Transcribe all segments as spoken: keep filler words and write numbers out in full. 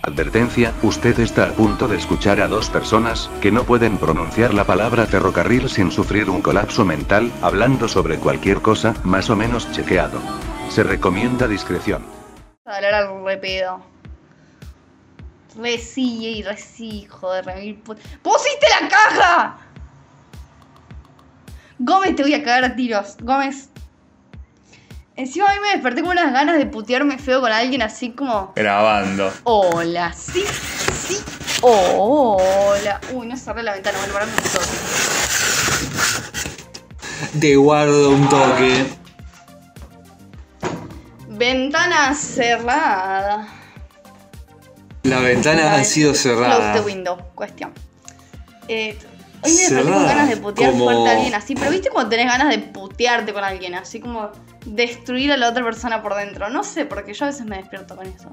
Advertencia, usted está a punto de escuchar a dos personas, que no pueden pronunciar la palabra ferrocarril sin sufrir un colapso mental, hablando sobre cualquier cosa, más o menos chequeado. Se recomienda discreción. A hablar al repedo. Re sí, y re sí, joder, re mil put... ¡Pusiste la caja! Gómez, te voy a cagar a tiros. Gómez. Encima a mí me desperté con unas ganas de putearme feo con alguien así como... Grabando. Hola, sí, sí, hola. Uy, no cerré la ventana, bueno, parame un toque. Te guardo un toque. Ventana cerrada. La ventana ha sido cerrada. Close the window, cuestión. Eh, hoy me desperté con ganas de putear como... fuerte a alguien así, pero viste cuando tenés ganas de putearte con alguien, así como destruir a la otra persona por dentro. No sé, porque yo a veces me despierto con eso.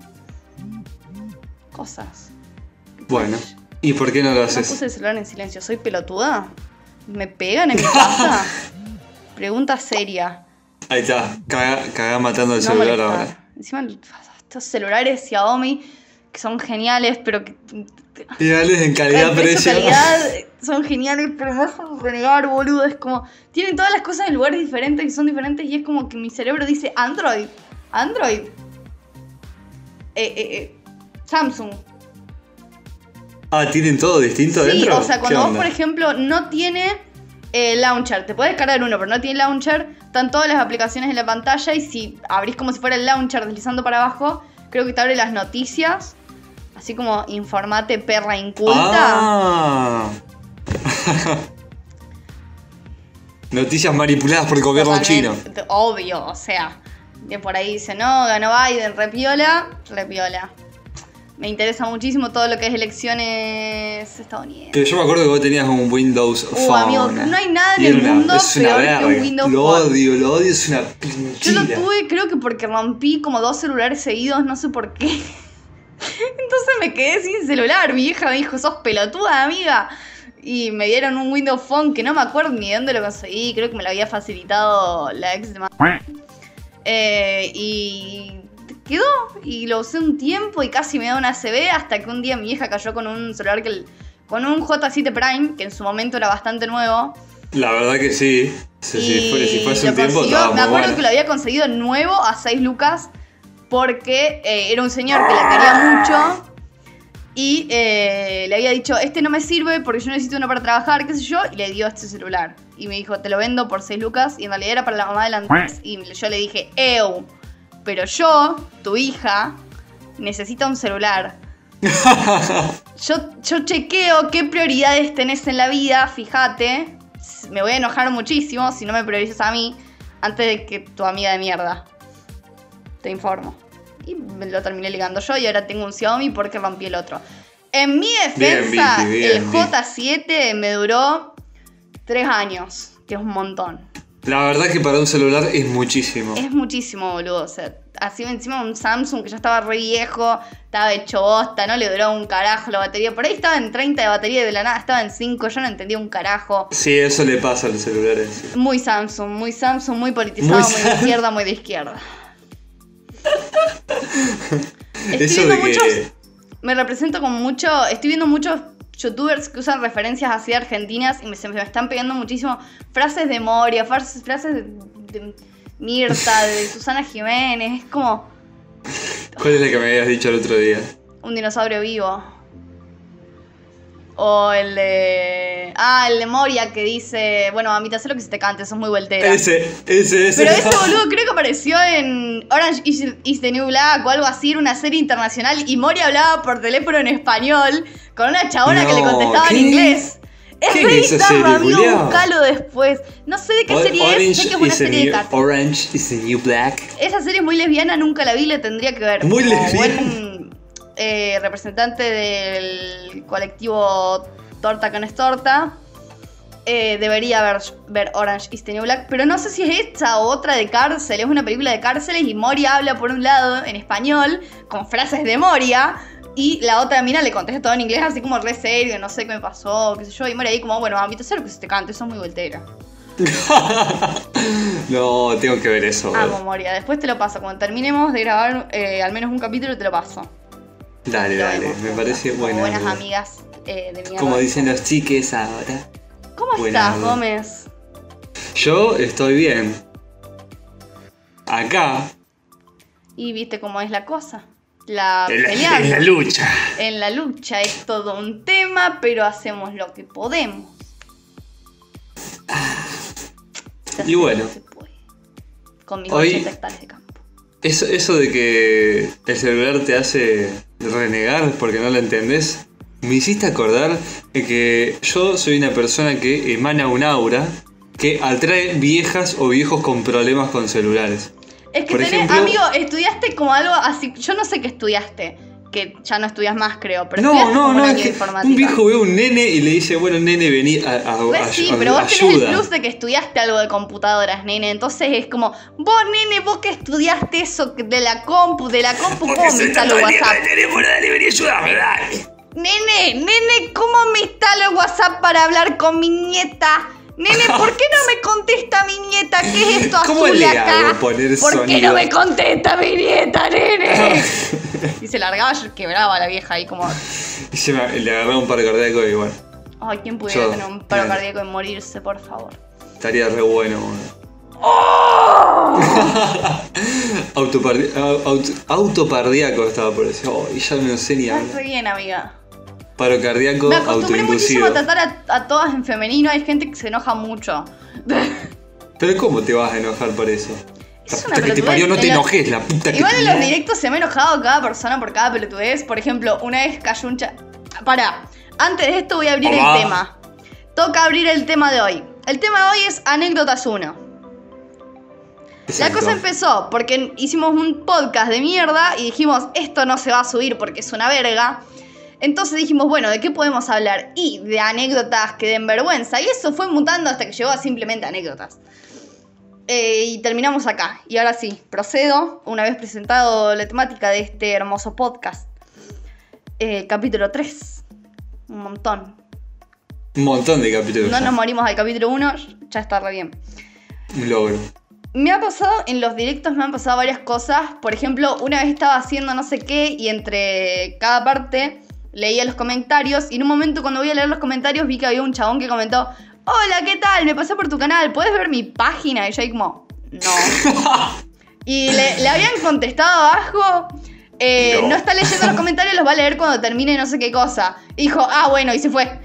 Cosas. Bueno, ¿y por qué no lo No haces? puse el celular en silencio, ¿soy pelotuda? ¿Me pegan en mi casa? Pregunta seria. Ahí está, caga, caga matando el No celular molestar. ahora. Encima estos celulares Xiaomi que son geniales, pero que... Ideales en calidad-precio. calidad son geniales, pero no son renegar, boludo. Es como... Tienen todas las cosas en lugares diferentes y son diferentes y es como que mi cerebro dice Android. Android. Eh, eh, eh. Samsung. Ah, ¿tienen todo distinto Sí, dentro? o sea, ¿Qué cuando vos, onda? por ejemplo, no tiene eh, launcher, te puedes descargar uno, pero no tiene launcher, están todas las aplicaciones en la pantalla y si abrís como si fuera el launcher deslizando para abajo, creo que te abre las noticias, así como informate perra inculta. Ah. Noticias manipuladas por el gobierno chino. Totalmente, obvio, o sea, de por ahí dice, no, ganó Biden, repiola, repiola. Me interesa muchísimo todo lo que es elecciones estadounidenses. Pero yo me acuerdo que vos tenías un Windows Uh, Phone. amigo, no hay nada en Y el era una- mundo es una peor que un verga. Windows Lo Phone. odio, lo odio, es una Yo pinchila. lo tuve, creo que porque rompí como dos celulares seguidos, no sé por qué. Entonces me quedé sin celular. Mi vieja me dijo, sos pelotuda, amiga. Y me dieron un Windows Phone que no me acuerdo ni de dónde lo conseguí. Creo que me lo había facilitado la ex de ma- eh, Y quedó. Y lo usé un tiempo y casi me da una A C V. Hasta que un día mi vieja cayó con un celular que... El, con un J siete Prime, que en su momento era bastante nuevo. La verdad que sí. Si, si fue, si fue hace lo un tiempo, consiguió, estaba me muy acuerdo bueno. que lo había conseguido nuevo a seis lucas porque eh, era un señor que la quería mucho y eh, le había dicho, este no me sirve porque yo necesito uno para trabajar, qué sé yo, y le dio este celular. Y me dijo, te lo vendo por seis lucas y en realidad era para la mamá de Andrés. Y yo le dije, ew, pero yo, tu hija, necesita un celular. yo, yo chequeo qué prioridades tenés en la vida, fíjate. Me voy a enojar muchísimo si no me priorizas a mí antes de que tu amiga de mierda. Te informo. Y me lo terminé ligando yo y ahora tengo un Xiaomi porque rompí el otro. En mi defensa, Bien, Vicky, bien, el J siete me duró tres años, que es un montón. La verdad que para un celular es muchísimo. Es muchísimo, boludo. O sea, así encima un Samsung que ya estaba re viejo, estaba hecho bosta, no le duró un carajo la batería. Por ahí estaba en treinta de batería y de la nada estaba en cinco, yo no entendía un carajo. Sí, eso le pasa a los celulares. Sí. Muy Samsung, muy Samsung, muy politizado, muy, Muy de Sam- izquierda, muy de izquierda. Estoy Eso viendo de que... muchos, me represento con mucho, estoy viendo muchos youtubers que usan referencias así argentinas y me, se me están pegando muchísimo frases de Moria, frases, frases de, de Mirta, de Susana Jiménez, es como ¿Cuál es la que me habías dicho el otro día? un dinosaurio vivo. O el de... Ah, el de Moria que dice... Bueno, mamita, sé lo que se te cante, sos muy vueltera. Ese, ese, ese. Pero ese boludo creo que apareció en Orange is, is the New Black o algo así, era una serie internacional. Y Moria hablaba por teléfono en español con una chabona No, que le contestaba ¿qué? en inglés. Es ¿Qué re es esa bizarro, serie, amigo, culiao? buscalo después. No sé de qué O- serie Orange es, sé que es una is the serie de new, cartas. Orange is the New Black. Esa serie es muy lesbiana, nunca la vi, la tendría que ver. Muy Como lesbiana. buen eh, representante del colectivo Torta con es Torta, eh, debería ver, ver Orange is the New Black. Pero no sé si es esta o otra de cárcel. Es una película de cárceles y Moria habla por un lado en español, con frases de Moria. Y la otra mina le contesta todo en inglés, así como re serio, no sé qué me pasó, qué sé yo. Y Moria ahí como, bueno, mamita, sé lo que se te cante, sos muy voltera. No, tengo que ver eso. Amo boludo. Moria, después te lo paso. Cuando terminemos de grabar eh, al menos un capítulo te lo paso. Dale, Lo dale, vemos me juntas, parece como buena. buenas duda. amigas eh, de mierda. Como dicen los chiques ahora. ¿Cómo buena estás, duda. Gómez? Yo estoy bien. Acá, Y viste cómo es la cosa. La en la, peleando. en la lucha. En la lucha es todo un tema, pero hacemos lo que podemos. Se hace Y lo bueno. que se puede. Con mis Hoy- ochenta hectáreas de campo. Eso, eso de que el celular te hace renegar porque no lo entendés, me hiciste acordar de que yo soy una persona que emana un aura que atrae viejas o viejos con problemas con celulares. Es que Por tenés, ejemplo- amigo, estudiaste como algo así. Yo no sé qué estudiaste. Que ya no estudias más, creo. Pero No, estudiaste no, como no, un es año de que informática. un viejo ve a un nene y le dice, bueno, nene, vení a, a, a- Pues sí, a- pero vos tenés el ayuda. plus de que estudiaste algo de computadoras, nene. Entonces es como, vos, nene, vos que estudiaste eso de la compu, de la compu, ¿cómo me instalo WhatsApp? Nene, bueno, dale, vení, ayúdame, dale. Nene, nene, ¿cómo me instalo WhatsApp para hablar con mi nieta? Nene, ¿por qué no me contesta mi nieta? ¿Qué es esto azul ¿Cómo le acá? hago poner ¿Por qué sonido? no me contesta mi nieta, nene? Y se largaba, yo quebraba a la vieja ahí como, Y se me, le agarré un paro cardíaco y bueno, ay, ¿quién pudiera Yo, tener un paro nada. cardíaco y morirse, por favor? estaría re bueno. boludo. ¡Oh! Autopardi- au- auto- autopardíaco estaba por decir. Oh, y ya no sé ni Estás hablar. re bien, amiga. Paro cardíaco Me acostumbré muchísimo autoinducido. a tratar a, a todas en femenino. Hay gente que se enoja mucho. Pero ¿cómo te vas a enojar por eso? Es La una puta que te pelotudez. parió, no te En la- enojes, la puta que Igual te en los parió. directos se me ha enojado cada persona por cada pelotudez. Por ejemplo, una vez cayó un chat. Pará, antes de esto voy a abrir Hola. el tema. Toca abrir el tema de hoy. El tema de hoy es anécdotas uno. La Exacto. cosa empezó porque hicimos un podcast de mierda y dijimos, esto no se va a subir porque es una verga. Entonces dijimos, bueno, ¿de qué podemos hablar? Y de anécdotas que den vergüenza. Y eso fue mutando hasta que llegó a simplemente anécdotas. Eh, y terminamos acá. Y ahora sí, procedo, una vez presentado la temática de este hermoso podcast. Eh, capítulo tres. Un montón. Un montón de capítulos. No ya. nos morimos al capítulo uno, ya está re bien. Un logro. Me ha pasado, en los directos me han pasado varias cosas. Por ejemplo, una vez estaba haciendo no sé qué y entre cada parte leía los comentarios. Y en un momento cuando voy a leer los comentarios vi que había un chabón que comentó: hola, ¿qué tal? Me pasé por tu canal, ¿puedes ver mi página? Y yo ahí como, no. Y le, le habían contestado abajo, eh, No. no está leyendo los comentarios, los va a leer cuando termine no sé qué cosa. Y dijo, ah, bueno, y se fue.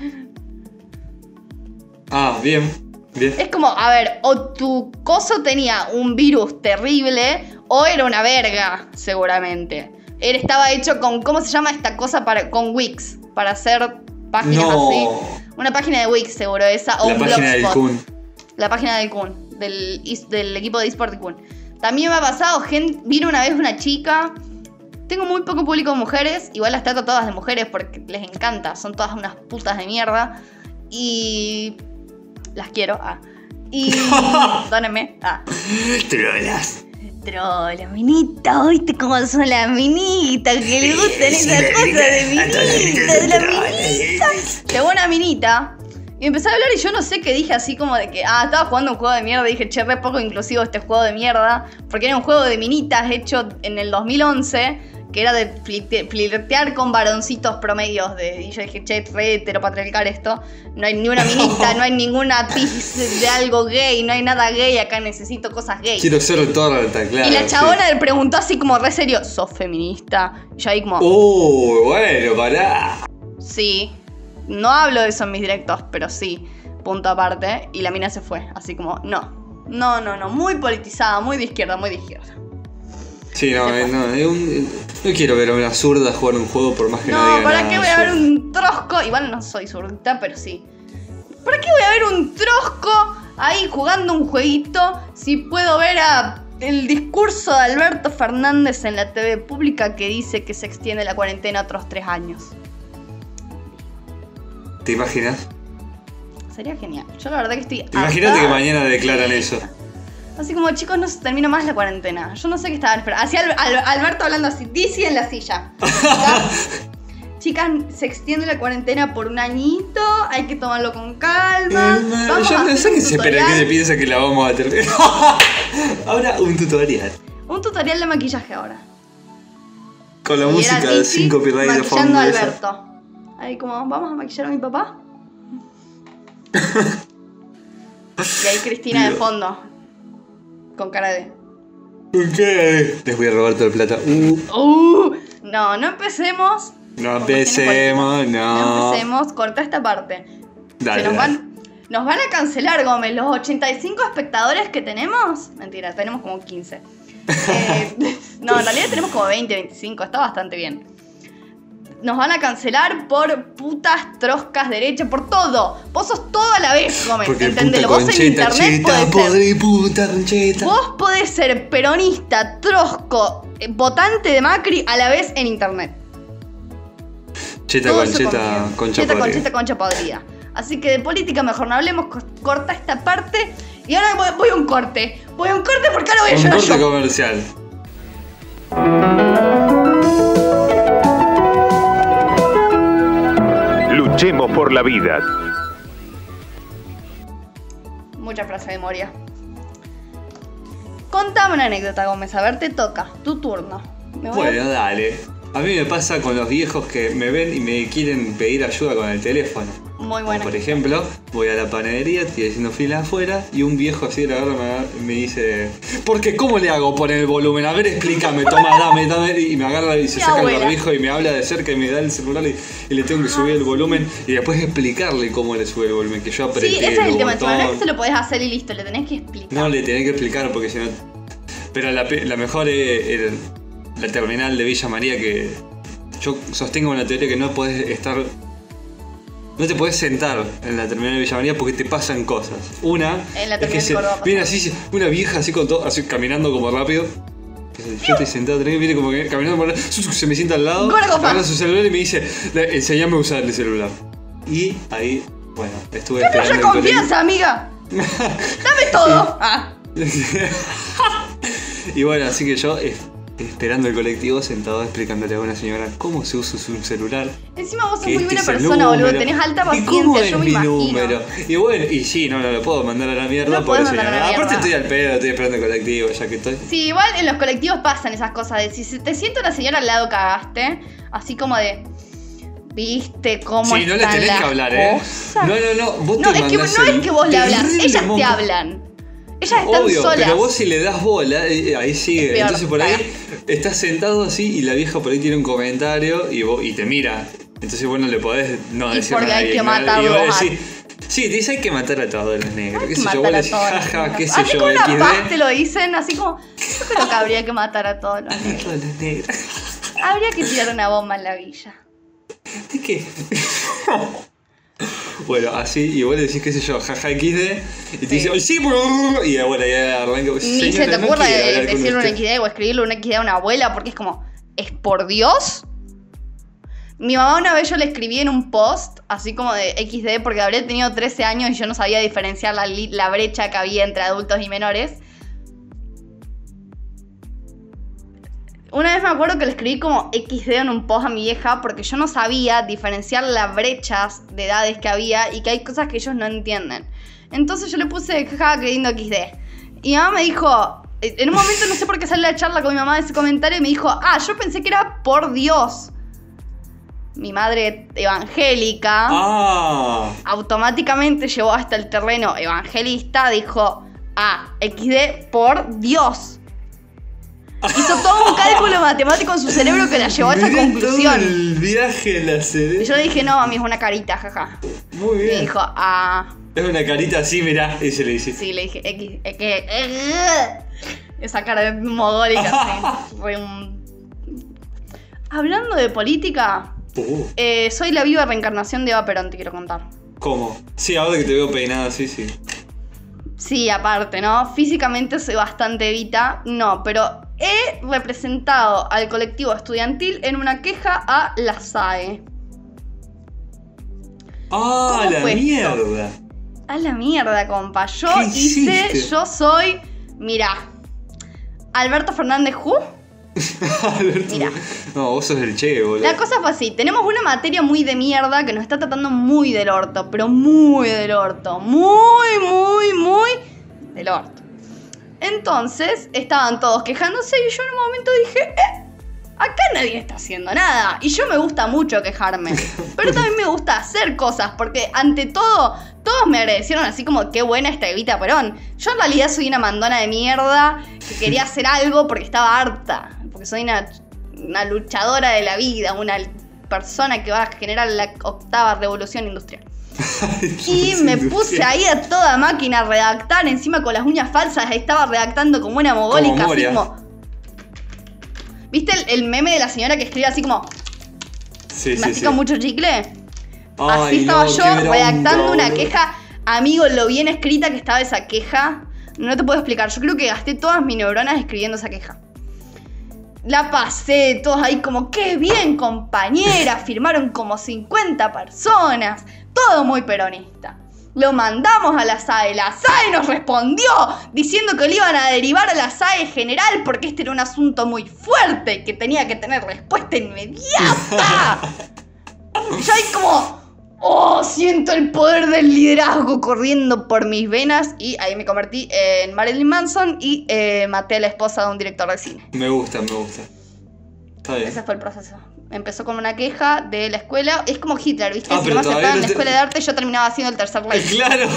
Ah, bien. Bien. Es como, a ver, o tu coso tenía un virus terrible o era una verga, seguramente. Él estaba hecho con, ¿cómo se llama esta cosa? Para, con Wix, para hacer páginas No. así. Una página de Wix, seguro, esa. O La un página del Blogspot. Kun. La página del Kun, del, is- del equipo de eSport de Kun. También me ha pasado, gente, vino una vez una chica. Tengo muy poco público de mujeres, igual las trato todas de mujeres porque les encanta, son todas unas putas de mierda. Y las quiero, ah. Y dónenme, ah. Trolas. Trola, minita, ¿viste cómo son las minitas? Que le gustan esas cosas de minitas, de las minitas. Llegó una minita y empecé a hablar y yo no sé qué dije así como de que, ah, estaba jugando un juego de mierda y dije, che, re poco inclusivo este juego de mierda, porque era un juego de minitas hecho en el dos mil once, que era de flirte- flirtear con varoncitos promedios de, y yo dije, che, re heteropatriarcal esto, no hay ni una minita, no hay ninguna pis de algo gay, no hay nada gay, acá necesito cosas gay. Quiero ser torta, claro. Y la sí. chabona le preguntó así como re serio, ¿sos feminista? Y yo ahí como, Oh, bueno, pará. sí, no hablo de eso en mis directos, pero sí, punto aparte. Y la mina se fue, así como, no, no, no, no, muy politizada, muy de izquierda, muy de izquierda. Sí, no, Se eh, fue. no, es un- no quiero ver a una zurda jugar un juego por más que no, No, diga ¿para nada. qué voy a ver Yo- un trosco? Igual no soy zurdita, pero sí. ¿Para qué voy a ver un trosco ahí jugando un jueguito si puedo ver a el discurso de Alberto Fernández en la T V pública que dice que se extiende la cuarentena otros tres años? ¿Te imaginas? Sería genial. Yo la verdad que estoy Imagínate harta. que mañana declaran eso. Así como, chicos, no se termina más la cuarentena. Yo no sé qué estaban esperando. Así Al- Al- Alberto hablando así, Dizzy en la silla. Chicas, chicas, se extiende la cuarentena por un añito, hay que tomarlo con calma. Eh, Vamos yo a no hacer sé un qué se espera, tutorial. que se piensa que la vamos a terminar. Ahora un tutorial. Un tutorial de maquillaje ahora. Con la Y era música de Lizzy sin copyright de fondo. maquillando a esa. Alberto. Ahí como, ¿vamos a maquillar a mi papá? Y ahí Cristina de Dios. fondo. Con cara de... ¿Qué? Les voy a robar todo el plata. Uh, Uh, no, no empecemos. no con cuestiones empecemos, políticas. No no. empecemos, corta esta parte. Dale, Se nos, dale. van, nos van a cancelar, Gómez, los ochenta y cinco espectadores que tenemos. Mentira, tenemos como quince. Eh, no, en realidad tenemos como veinte, veinticinco, está bastante bien. Nos van a cancelar por putas, troscas, derecha, por todo. Vos sos todo a la vez, Gómez, Porque entendelo. puta Vos en concheta, internet cheta, podés ser. podre, puta concheta. Vos podés ser peronista, trosco, eh, votante de Macri a la vez en internet. Cheta, Todo eso concheta, conviene. concha Cheta, podrida. concheta, concha podrida. Así que de política mejor no hablemos, co- corta esta parte. Y ahora voy, voy a un corte. Voy a un corte porque ahora voy a Un llorar corte yo. comercial. Luchemos por la vida. Mucha frase de memoria. Contame una anécdota, Gómez. A ver, te toca. Tu turno. Me voy a- Bueno, dale. A mí me pasa con los viejos que me ven y me quieren pedir ayuda con el teléfono. Muy Como buena. por ejemplo, voy a la panadería, estoy haciendo fila afuera y un viejo así de la garra me, agarra- me dice, porque ¿cómo le hago poner el volumen? A ver, explícame, toma, dame, dame. Y me agarra y se Mi saca el abuela. barbijo y me habla de cerca y me da el celular y, y le tengo que subir el volumen y después explicarle cómo le sube el volumen, que yo apreté Sí, ese es el tema. botón. No es que se lo podés hacer y listo, le tenés que explicar. No, le tenés que explicar porque si no... Pero la, pe- la mejor es, es la terminal de Villa María, que yo sostengo una teoría que no podés estar... No te podés sentar en la terminal de Villa María porque te pasan cosas. Una En la es terminal que de se, Córdoba pasa. viene así, una vieja así con todo, así caminando como rápido. Yo estoy sentado, viene como que caminando por la- se me sienta al lado, Gordo fan. agarra su celular y me dice, "Le- enseñame a usar el celular". Y ahí, bueno, estuve ¡Qué esperando mucha el colectivo. confianza, amiga! ¡Dame todo! Ah. Y bueno, así que yo eh, esperando el colectivo sentado explicándole a una señora cómo se usa su celular. Encima vos sos que muy este buena es el persona, boludo. número. Tenés alta ¿Y cómo paciencia, es yo me mi imagino. número? Y bueno, y sí, no, no lo puedo mandar a la mierda, No podés pobre mandar a la señora. Aparte mierda. estoy al pedo, estoy esperando el colectivo, ya que estoy. Sí, igual en los colectivos pasan esas cosas de si se te siente una señora al lado cagaste, así como de ¿viste cómo Sí, no le están tenés las que hablar, ¿eh? cosas? No, no, no, vos No, te es que no mandás es el que vos le hablas, terrible ellas moco. te hablan. Ellas están Obvio, solas. pero vos si le das bola, eh, ahí sigue. Peor, Entonces por ahí cagaste. estás sentado así y la vieja por ahí tiene un comentario y, vos, y te mira. Entonces vos no le podés no Y decir porque nada. hay y que ignorar- matarlos y vos a- decís, sí, te dice hay que matar a todos los negros. Hay Qué que sé yo, vos matar le a decís, todos los jaja, negros. qué sé Así yo, como una equis paz te de. lo dicen, así como yo creo que habría que matar a todos los negros. Todos los negros. Habría que tirar una bomba en la villa. ¿De qué? Bueno, así, y vos le decís, qué sé yo, jaja equis de, y te Sí. dice, "Ay, sí, brrr", y bueno, ya arranca. Ni "Señora, se te no ocurra quiero de- hablar con decirle un usted". equis de o escribirle un equis de a una abuela porque es como, ¿es por Dios? Mi mamá una vez yo le escribí en un post, así como de equis de, porque habría tenido trece años y yo no sabía diferenciar la, li- la brecha que había entre adultos y menores. Una vez me acuerdo que le escribí como equis de en un post a mi vieja porque yo no sabía diferenciar las brechas de edades que había y que hay cosas que ellos no entienden. Entonces yo le puse, jaja, qué lindo equis de. Y mi mamá me dijo, en un momento no sé por qué salió la charla con mi mamá de ese comentario y me dijo, ah, yo pensé que era por Dios. Mi madre evangélica Ah, automáticamente llevó hasta el terreno evangelista, dijo, ah, equis de por Dios. Hizo todo un cálculo matemático en su cerebro que la llevó a esa mirá todo conclusión. el viaje en la Y serie. yo le dije, no, mami, es una carita, jaja. Muy Y bien. dijo, ah, Es una carita así, mirá, y se le dice. sí, le dije, X, es que... eh, esa cara de mogólica, sí. Fue un... Hablando de política, Uh, eh, soy la viva reencarnación de Eva Perón, te quiero contar. ¿Cómo? Sí, ahora que te veo peinada, sí, sí. Sí, aparte, ¿no? Físicamente soy bastante evita, no, pero he representado al colectivo estudiantil en una queja a la S A E. Ah, ¿Cómo la fue esto? mierda. A la mierda, compa. Yo ¿Qué hice, hiciste? yo soy, mira, Alberto Fernández Ju. Alberto. Mira. No, vos sos el che, boludo. La cosa fue así, tenemos una materia muy de mierda que nos está tratando muy del orto, pero muy del orto, muy, muy, muy del orto. Entonces, estaban todos quejándose y yo en un momento dije, eh, acá nadie está haciendo nada. Y yo me gusta mucho quejarme, pero también me gusta hacer cosas, porque ante todo, todos me agradecieron así como qué buena esta Evita Perón. Yo en realidad soy una mandona de mierda que quería hacer algo porque estaba harta, porque soy una, una luchadora de la vida, una persona que va a generar la octava revolución industrial. Y me puse ahí a toda máquina a redactar, encima con las uñas falsas, ahí estaba redactando como una mogólica, como así como... ¿Viste el, el meme de la señora que escribe así como... Sí, sí, mastica sí. mucho chicle? Ay, así estaba no, yo qué bronca, redactando una boludo. queja. Amigo, lo bien escrita que estaba esa queja, no te puedo explicar. Yo creo que gasté todas mis neuronas escribiendo esa queja. La pasé, todos ahí como, qué bien, compañera. Firmaron como cincuenta personas. Todo muy peronista. Lo mandamos a la S A E. La S A E nos respondió diciendo que lo iban a derivar a la S A E general porque este era un asunto muy fuerte y que tenía que tener respuesta inmediata. Y yo ahí como, oh, siento el poder del liderazgo corriendo por mis venas. Y ahí me convertí en Marilyn Manson y eh, maté a la esposa de un director de cine. Me gusta, me gusta. Está bien. Ese fue el proceso. Empezó con una queja de la escuela. Es como Hitler, ¿viste? Ah, si pero nomás todavía estaba en no la te- escuela de arte, yo terminaba haciendo el tercer Reich. Claro.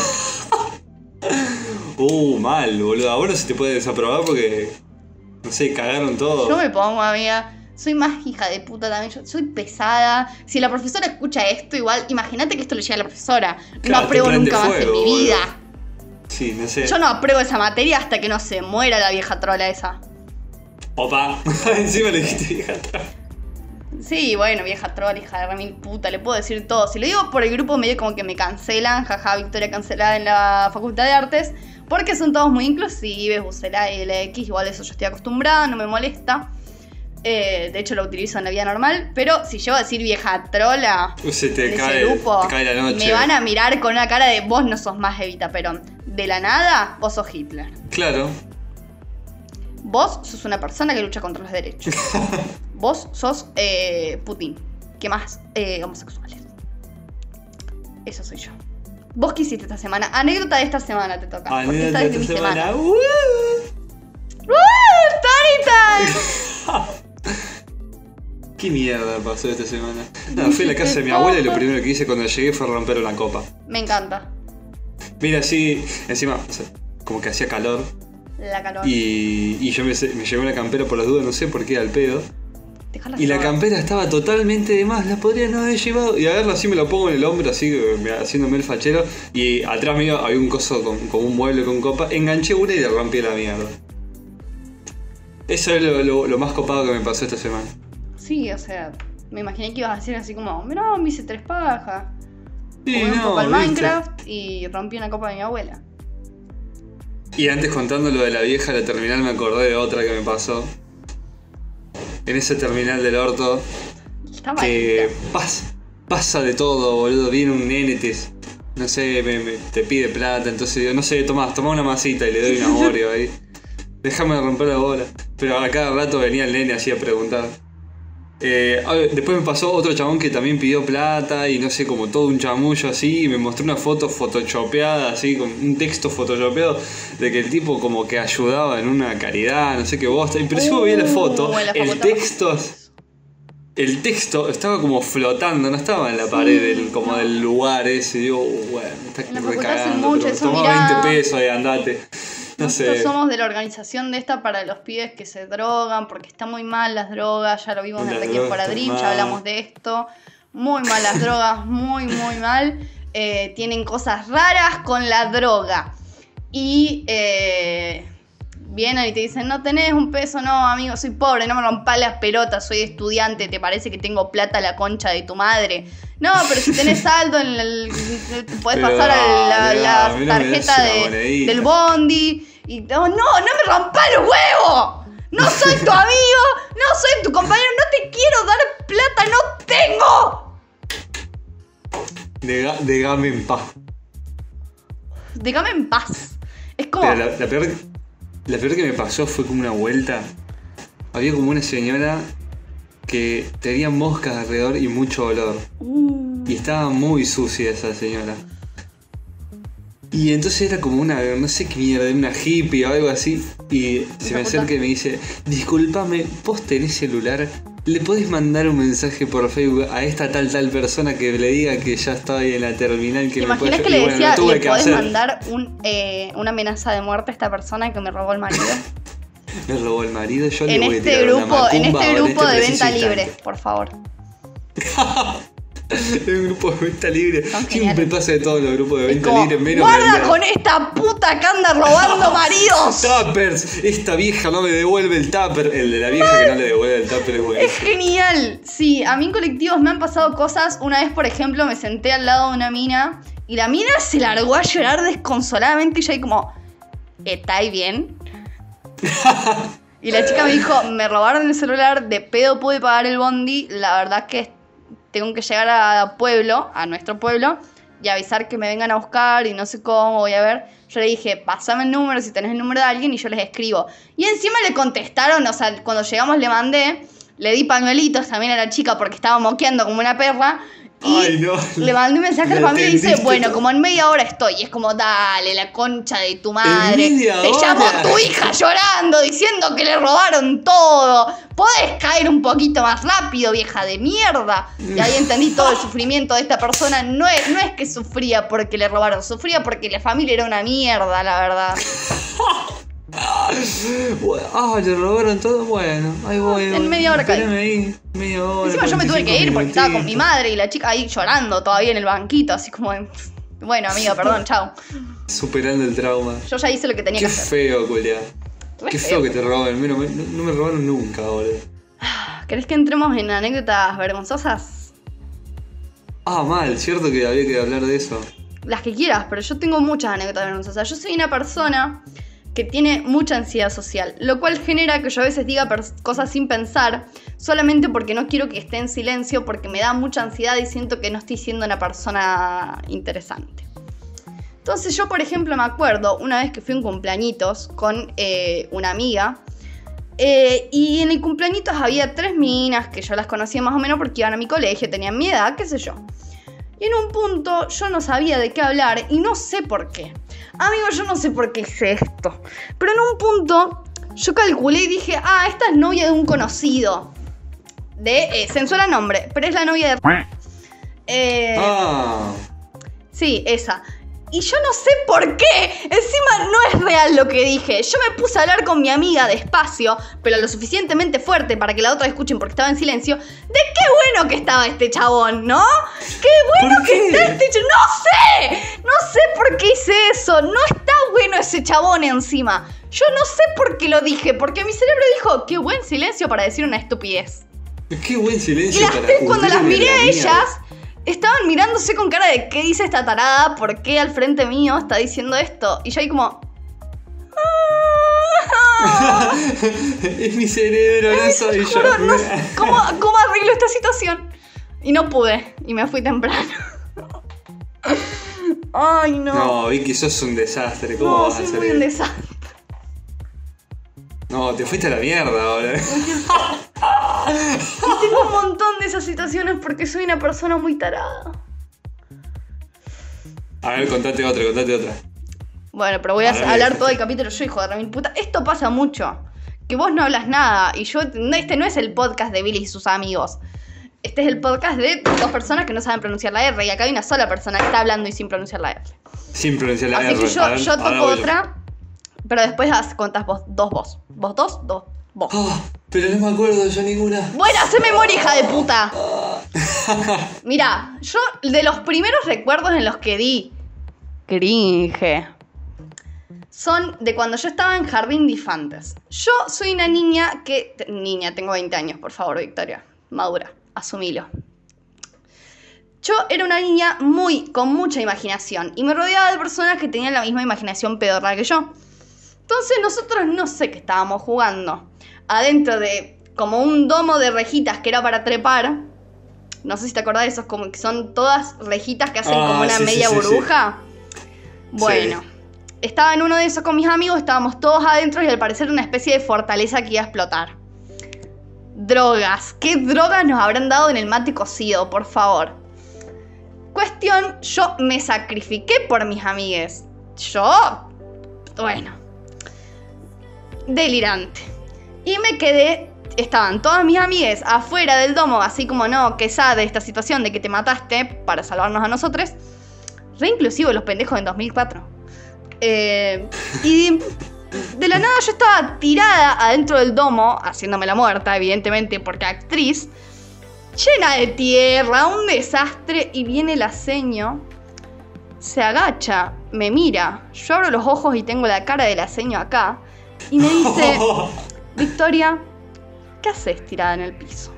Uh, mal, boludo. Ahora se te puede desaprobar porque, no sé, cagaron todo. Yo me pongo, amiga. Soy más hija de puta también. Yo soy pesada. Si la profesora escucha esto, igual, imagínate que esto le llega a la profesora. No Claro, te apruebo prende nunca más en fuego, mi vida. boludo. Sí, no sé. Yo no apruebo esa materia hasta que no se muera la vieja trola esa. Opa. Encima le dijiste hija atrás. Sí, bueno, vieja troll, hija de remil puta, le puedo decir todo. Si lo digo por el grupo medio como que me cancelan, jaja, Victoria cancelada en la Facultad de Artes, porque son todos muy inclusivos, usé la L X, igual eso yo estoy acostumbrada, no me molesta. Eh, de hecho lo utilizo en la vida normal, pero si llego a decir vieja trola Se te en cae, ese grupo, te cae la noche. me van a mirar con una cara de vos no sos más Evita Perón. De la nada, vos sos Hitler. Claro. Vos sos una persona que lucha contra los derechos. Vos sos eh, Putin. ¿Qué más? Eh, homosexuales. Eso soy yo. ¿Vos qué hiciste esta semana? Anécdota de esta semana te toca. porque Anécdota esta de es de esta mi semana. semana. ¡Uh! ¡Uh! ¡Story time! ¿Qué mierda pasó esta semana? No, fui a la casa de mi abuela y lo primero que hice cuando llegué fue romper una copa. Me encanta. Mira, así, encima, o sea, como que hacía calor. La calor. Y, y yo me, me llevé una campera por las dudas, no sé por qué, al pedo. Dejala Y la sola. campera estaba totalmente de más, la podría no haber llevado. Y agarro así, me lo pongo en el hombro, así, me- haciéndome el fachero. Y atrás mío había un coso con, con un mueble con copa. Enganché una y le rompí la mierda. Eso es lo, lo- lo más copado que me pasó esta semana. Sí, o sea, me imaginé que ibas a decir así como, mirá, me hice tres pajas. Sí, Jugué un no, poco al ¿viste? Minecraft y rompí una copa de mi abuela. Y antes contando lo de la vieja, la terminal, me acordé de otra que me pasó. En ese terminal del orto, Está que malita. pasa, pasa de todo, boludo. Viene un nene, te, no sé, me, me- te pide plata, entonces digo, no sé, tomá, tomá una masita y le doy una Oreo ahí. Déjame romper la bola. Pero a cada rato venía el nene así a preguntar. Eh, a ver, después me pasó otro chabón que también pidió plata y no sé, como todo un chamullo así, y me mostró una foto photoshopeada, así, con un texto photoshopeado, de que el tipo como que ayudaba en una caridad, no sé qué bosta. Y pero si vos vi la foto, Uh, en la el facultad. texto, el texto estaba como flotando, no estaba en la pared del, como del lugar ese. Y digo, uh, bueno, me está En la facultad hacen recagando, mucho pero eso, toma mirá. veinte pesos y andate. No Nosotros sé. somos de la organización de esta para los pibes que se drogan, porque está muy mal las drogas, ya lo vimos en Las Requiem drogas for a están Dream, mal. ya hablamos de esto. Muy mal las drogas, muy, muy mal. Eh, tienen cosas raras con la droga. Y eh, vienen y te dicen, no tenés un peso, no, amigo, soy pobre, no me rompas las pelotas, soy estudiante, ¿te parece que tengo plata la concha de tu madre? No, pero si tenés saldo, en el, podés Pero pasar a la, dale, la a mí no me des tarjeta una de, monedita. del bondi. Y no, no, no me rompas los huevos. No soy tu amigo, no soy tu compañero, no te quiero dar plata, no tengo. Dega- Degame en paz. Déjame en paz. Es como... Pero la, la peor, la peor que me pasó fue como una vuelta. Había como una señora que tenía moscas alrededor y mucho olor. Uh, Y estaba muy sucia esa señora. Y entonces era como una, no sé qué mierda, una hippie o algo así. Y se me puta. acerca y me dice, discúlpame, ¿vos tenés celular? ¿Le podés mandar un mensaje por Facebook a esta tal tal persona que le diga que ya estoy en la terminal? Que ¿Te me imaginas puede... que le y bueno, decía, lo tuve le que podés hacer. mandar un, eh, una amenaza de muerte a esta persona que me robó el marido? Me robó el marido, yo le En voy a este tirar una grupo, macumba en este ahora, grupo este de preciso venta instante. libre, por favor. El grupo de venta libre. Son Siempre geniales. pasa de todos los grupos de Es venta como, libre, menos guarda vender. con esta puta que anda robando maridos. Tuppers, esta vieja no me devuelve el tupper. El de la vieja que no le devuelve el tupper es bueno. Es genial. Sí, a mí en colectivos me han pasado cosas. Una vez, por ejemplo, me senté al lado de una mina y la mina se largó a llorar desconsoladamente y yo ahí como, ¿estáis bien? Y la chica me dijo, me robaron el celular, de pedo pude pagar el bondi, la verdad que tengo que llegar a pueblo, a nuestro pueblo, y avisar que me vengan a buscar y no sé cómo, voy a ver. Yo le dije, pásame el número si tenés el número de alguien y yo les escribo. Y encima le contestaron, o sea, cuando llegamos le mandé, le di pañuelitos también a la chica porque estaba moqueando como una perra. Y Ay, no. le mandé un mensaje a la Le familia y dice, atendiste bueno, todo. como en media hora estoy. Y es como, dale, la concha de tu madre. ¿En media Te hora? llamó tu hija llorando, diciendo que le robaron todo. Podés caer un poquito más rápido, vieja de mierda. Y ahí entendí todo el sufrimiento de esta persona. No es, no es que sufría porque le robaron, sufría porque la familia era una mierda, la verdad. Ah, le robaron todo. Bueno, ahí voy. En media hora caí. Espérame ahí, media hora. Encima yo me tuve que cuarenta y cinco ir porque estaba con mi minutitos. madre y la chica ahí llorando todavía en el banquito, así como, de, bueno, amiga, perdón, chao. Superando el trauma. Yo ya hice lo que tenía Qué que hacer. feo, Julia. Re Qué feo. feo que te roben. Mira, no, no me robaron nunca, boludo. ¿Querés que entremos en anécdotas vergonzosas? Ah, mal, cierto que había que hablar de eso. Las que quieras, pero yo tengo muchas anécdotas vergonzosas. Yo soy una persona que tiene mucha ansiedad social, lo cual genera que yo a veces diga cosas sin pensar, solamente porque no quiero que esté en silencio, porque me da mucha ansiedad y siento que no estoy siendo una persona interesante. Entonces yo, por ejemplo, me acuerdo una vez que fui a un cumpleañitos con eh, una amiga, eh, y en el cumpleañitos había tres minas que yo las conocía más o menos porque iban a mi colegio, tenían mi edad, qué sé yo. Y en un punto yo no sabía de qué hablar y no sé por qué. Amigo, yo no sé por qué hice esto. Pero en un punto yo calculé y dije, ah, esta es novia de un conocido. De, eh, censura nombre, pero es la novia de... Eh, Ah, sí, esa. Y yo no sé por qué. Encima no es real lo que dije. Yo me puse a hablar con mi amiga despacio, pero lo suficientemente fuerte para que la otra escuchen porque estaba en silencio. De qué bueno que estaba este chabón, ¿no? Qué bueno ¿Por que qué? está este chabón. No sé. No sé por qué hice eso. No está bueno ese chabón encima. Yo no sé por qué lo dije. Porque mi cerebro dijo, qué buen silencio para decir una estupidez. qué buen Y silencio. las para tres, cuando las hundirme miré en a la ellas, mierda. estaban mirándose con cara de ¿qué dice esta tarada? ¿Por qué al frente mío está diciendo esto? Y yo ahí como... "Ah". Es mi cerebro, no soy yo. Juro, no sé ¿cómo, ¿Cómo arreglo esta situación? Y no pude. Y me fui temprano. Ay, no. No, Vicky, sos un desastre. ¿Cómo No, vas a soy hacer muy un eso? desastre. No, te fuiste a la mierda ahora. Y tengo un montón de esas situaciones porque soy una persona muy tarada. A ver, contate otra, contate otra. Bueno, pero voy a A ver. hablar todo el capítulo yo, hijo de remil puta. Esto pasa mucho. Que vos no hablas nada. Y yo, no, este no es el podcast de Billy y sus amigos. Este es el podcast de dos personas que no saben pronunciar la R. Y acá hay una sola persona que está hablando y sin pronunciar la R. Sin pronunciar la Así R. que yo, A ver, yo ahora toco voy yo. otra. Pero después has- contás vos, dos vos. ¿Vos dos? Dos. Vos. Ah, pero no me acuerdo yo ninguna. Bueno, hace memoria, hija de puta. Mirá, yo de los primeros recuerdos en los que di cringe son de cuando yo estaba en Jardín de Infantes. Yo soy una niña que... te- Niña, tengo veinte años, por favor, Victoria. Madura, asumilo. Yo era una niña muy, con mucha imaginación. Y me rodeaba de personas que tenían la misma imaginación pedorra que yo. Entonces nosotros no sé qué estábamos jugando. Adentro de como un domo de rejitas que era para trepar. No sé si te acordás de esos, como que son todas rejitas que hacen Ah, como una sí, media sí, sí, burbuja. Bueno, estaba en uno de esos con mis amigos, estábamos todos adentro y al parecer una especie de fortaleza que iba a explotar. Drogas. ¿Qué drogas nos habrán dado en el mate cocido, por favor? Cuestión, yo me sacrifiqué por mis amigues. Yo, bueno, delirante. Y me quedé estaban todas mis amigas afuera del domo, así como no, que sabe esta situación de que te mataste para salvarnos a nosotros. Re inclusivo los pendejos en dos mil cuatro. Eh, y de la nada yo estaba tirada adentro del domo, haciéndome la muerta, evidentemente, porque actriz, llena de tierra, un desastre, y viene la seño, se agacha, me mira, yo abro los ojos y tengo la cara de la seño acá, y me dice, Victoria, ¿qué haces tirada en el piso?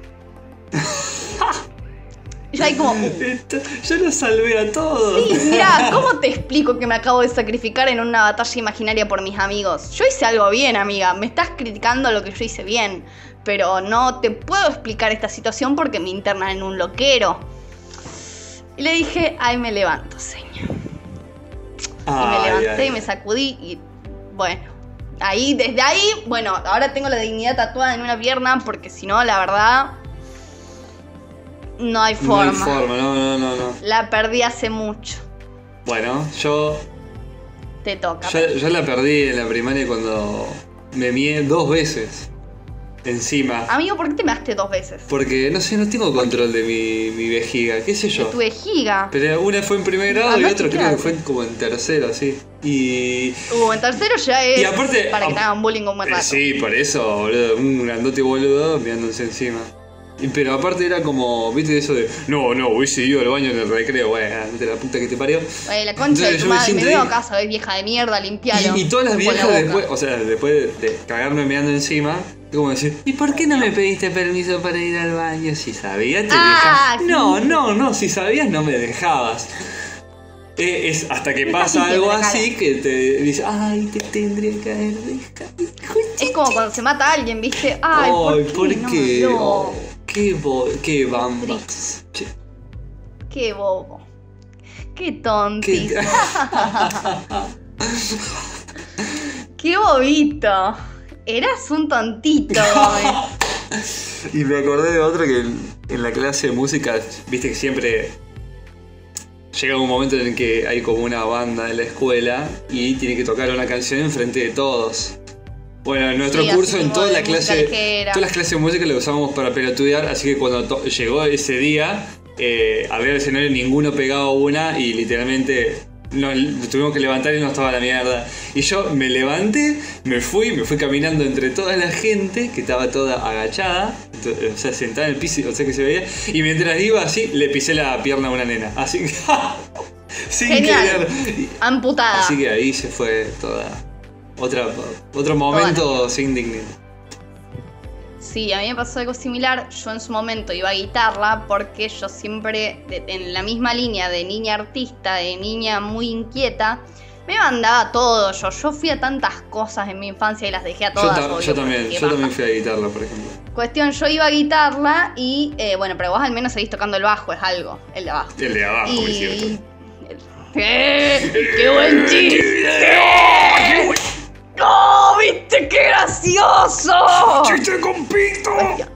Y yo ahí como... Uh. Yo los salvé a todos. Sí, mirá, ¿cómo te explico que me acabo de sacrificar en una batalla imaginaria por mis amigos? Yo hice algo bien, amiga. Me estás criticando lo que yo hice bien. Pero no te puedo explicar esta situación porque me internan en un loquero. Y le dije, ay, me levanto, señor. Y me levanté ay, ay. y me sacudí y... Bueno, ahí, desde ahí... Bueno, ahora tengo la dignidad tatuada en una pierna porque si no, la verdad... No hay forma. No hay forma, no, no, no, no. La perdí hace mucho. Bueno, yo... Te toca. Yo, yo la perdí en la primaria cuando me mié dos veces. Encima. Amigo, ¿por qué te measte dos veces? Porque, no sé, no tengo control de mi, mi vejiga, qué sé yo. ¿De tu vejiga? Pero una fue en primer grado y otra creo que fue como en tercero, así. Y... Uh, en tercero ya es y aparte, para que te hagan bullying un buen rato. Sí, por eso, boludo, un grandote boludo mirándose encima. Pero aparte era como, viste eso de, no, no, hubiese ido al baño en el recreo, bueno, de la puta que te parió. Oye, la concha de tu madre, me veo acá, sabés, vieja de mierda, limpialo. Y, y todas las viejas después, o sea, después de cagarme meando encima, como decir, ¿y por qué no me pediste permiso para ir al baño? Si sabías, te ah, dejabas. No, no, no, si sabías no me dejabas. Eh, es hasta que pasa algo así que te dice, ay, te tendría que haber dejado. Es como cuando se mata a alguien, ¿viste? Ay, ay ¿por qué? ¿por qué? No, oh, qué bo qué bambas. Qué, qué bobo. Qué tontis. Qué, qué bobito. Eras un tontito, Y me acordé de otro que en, en la clase de música, viste que siempre llega un momento en el que hay como una banda en la escuela y tiene que tocar una canción enfrente de todos. Bueno, en nuestro sí, curso, en toda la clase, todas las clases de música lo usábamos para pelotudear, así que cuando llegó ese día, eh, había el escenario ninguno pegado una y literalmente nos tuvimos que levantar y no estaba la mierda. Y yo me levanté, me fui, me fui caminando entre toda la gente que estaba toda agachada, o sea, sentada en el piso, o sea que se veía, y mientras iba así, le pisé la pierna a una nena. Así que... sin genial. querer. Amputada. Así que ahí se fue toda... Otra, otro momento sin dignidad. Sí, a mí me pasó algo similar. Yo en su momento iba a guitarra porque yo siempre, de, en la misma línea de niña artista, de niña muy inquieta, me mandaba todo. Yo, yo fui a tantas cosas en mi infancia y las dejé a todas. Yo, ta obvio, yo también, yo también fui a guitarra, por ejemplo. Cuestión, yo iba a guitarra y, eh, bueno, pero vos al menos seguís tocando el bajo, es algo, el de abajo. El de abajo, y... es cierto. ¡Eh! ¡Qué buen chiste! ¡No! ¿Viste qué gracioso? ¡Chiste con pito!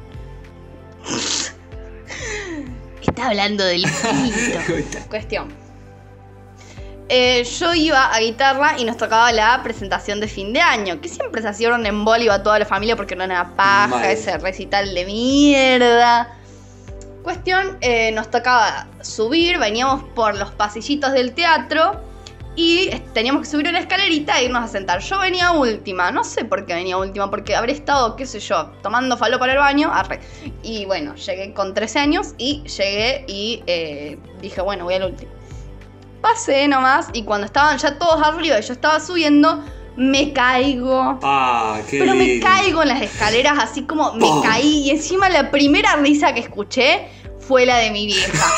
Está hablando del pito. Cuestión. Eh, yo iba a guitarra y nos tocaba la presentación de fin de año, que siempre se hacía un embole, iba toda la familia porque no era paja, Mal. ese recital de mierda. Cuestión, eh, nos tocaba subir, veníamos por los pasillitos del teatro y teníamos que subir una escalerita e irnos a sentar. Yo venía última, no sé por qué venía última, porque habré estado, qué sé yo, tomando faló para el baño, arre. Y bueno, llegué con trece años y llegué y eh, dije, bueno, voy al último. Pasé nomás y cuando estaban ya todos arriba y yo estaba subiendo, me caigo. Ah, qué Pero lindo. me caigo en las escaleras así como me oh. caí. Y encima la primera risa que escuché fue la de mi vieja.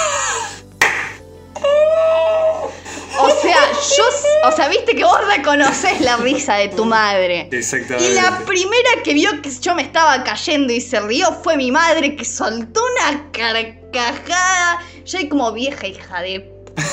O sea, yo, o sea, viste que vos reconoces la risa de tu madre. Exactamente. Y la primera que vio que yo me estaba cayendo y se rió fue mi madre, que soltó una carcajada. Yo ahí como vieja hija de...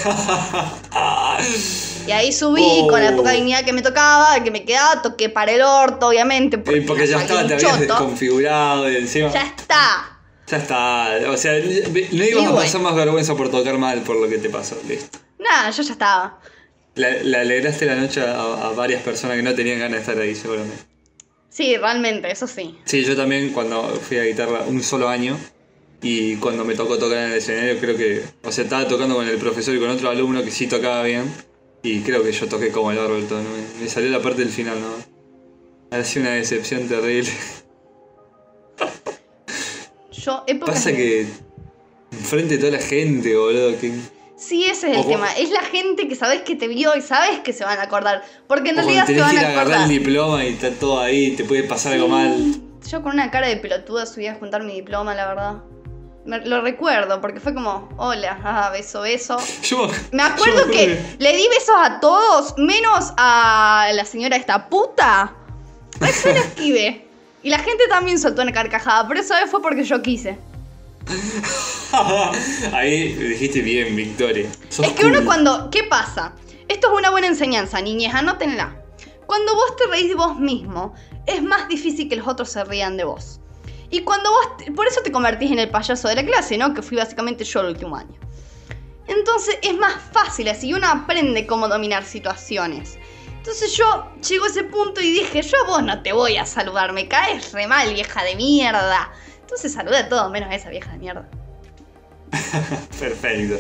Y ahí subí oh. con la poca dignidad que me tocaba, que me quedaba, toqué para el orto, obviamente. Porque, porque ya está, te habías desconfigurado y encima. Ya está. Ya está. O sea, no ibas a pasar más vergüenza por tocar mal por lo que te pasó. Listo. Nada, yo ya estaba. Le, le alegraste la noche a, a varias personas que no tenían ganas de estar ahí, seguramente. Sí, realmente, eso sí. Sí, yo también cuando fui a guitarra un solo año y cuando me tocó tocar en el escenario creo que, o sea, estaba tocando con el profesor y con otro alumno que sí tocaba bien y creo que yo toqué como el árbol todo, ¿no? me, me salió la parte del final, ¿no? Ha sido una decepción terrible. Yo, épocas Pasa de- que enfrente de toda la gente, boludo, que... Sí, ese es el O vos- tema. Es la gente que sabes que te vio y sabes que se van a acordar. Porque en O realidad cuando se tenés van que ir a a agarrar acordar. el diploma y está todo ahí, te puede pasar algo Sí. mal. Yo con una cara de pelotuda subí a juntar mi diploma, la verdad. Me- lo recuerdo porque fue como, hola, ah, beso, beso. Yo, Me acuerdo yo que le di besos a todos, menos a la señora esta puta. Eso la esquivé. Y la gente también soltó una carcajada, pero esa vez fue porque yo quise. Ahí dijiste bien, Victoria. Sos Es que uno cool. cuando... ¿Qué pasa? Esto es una buena enseñanza, niñez, anótenla. Cuando vos te reís de vos mismo, es más difícil que los otros se rían de vos. Y cuando vos... te- Por eso te convertís en el payaso de la clase, ¿no? Que fui básicamente yo el último año. Entonces es más fácil, así uno aprende cómo dominar situaciones. Entonces yo llego a ese punto y dije, yo a vos no te voy a saludar, me caes re mal, vieja de mierda. Entonces saludé a todos menos a esa vieja de mierda. Perfecto.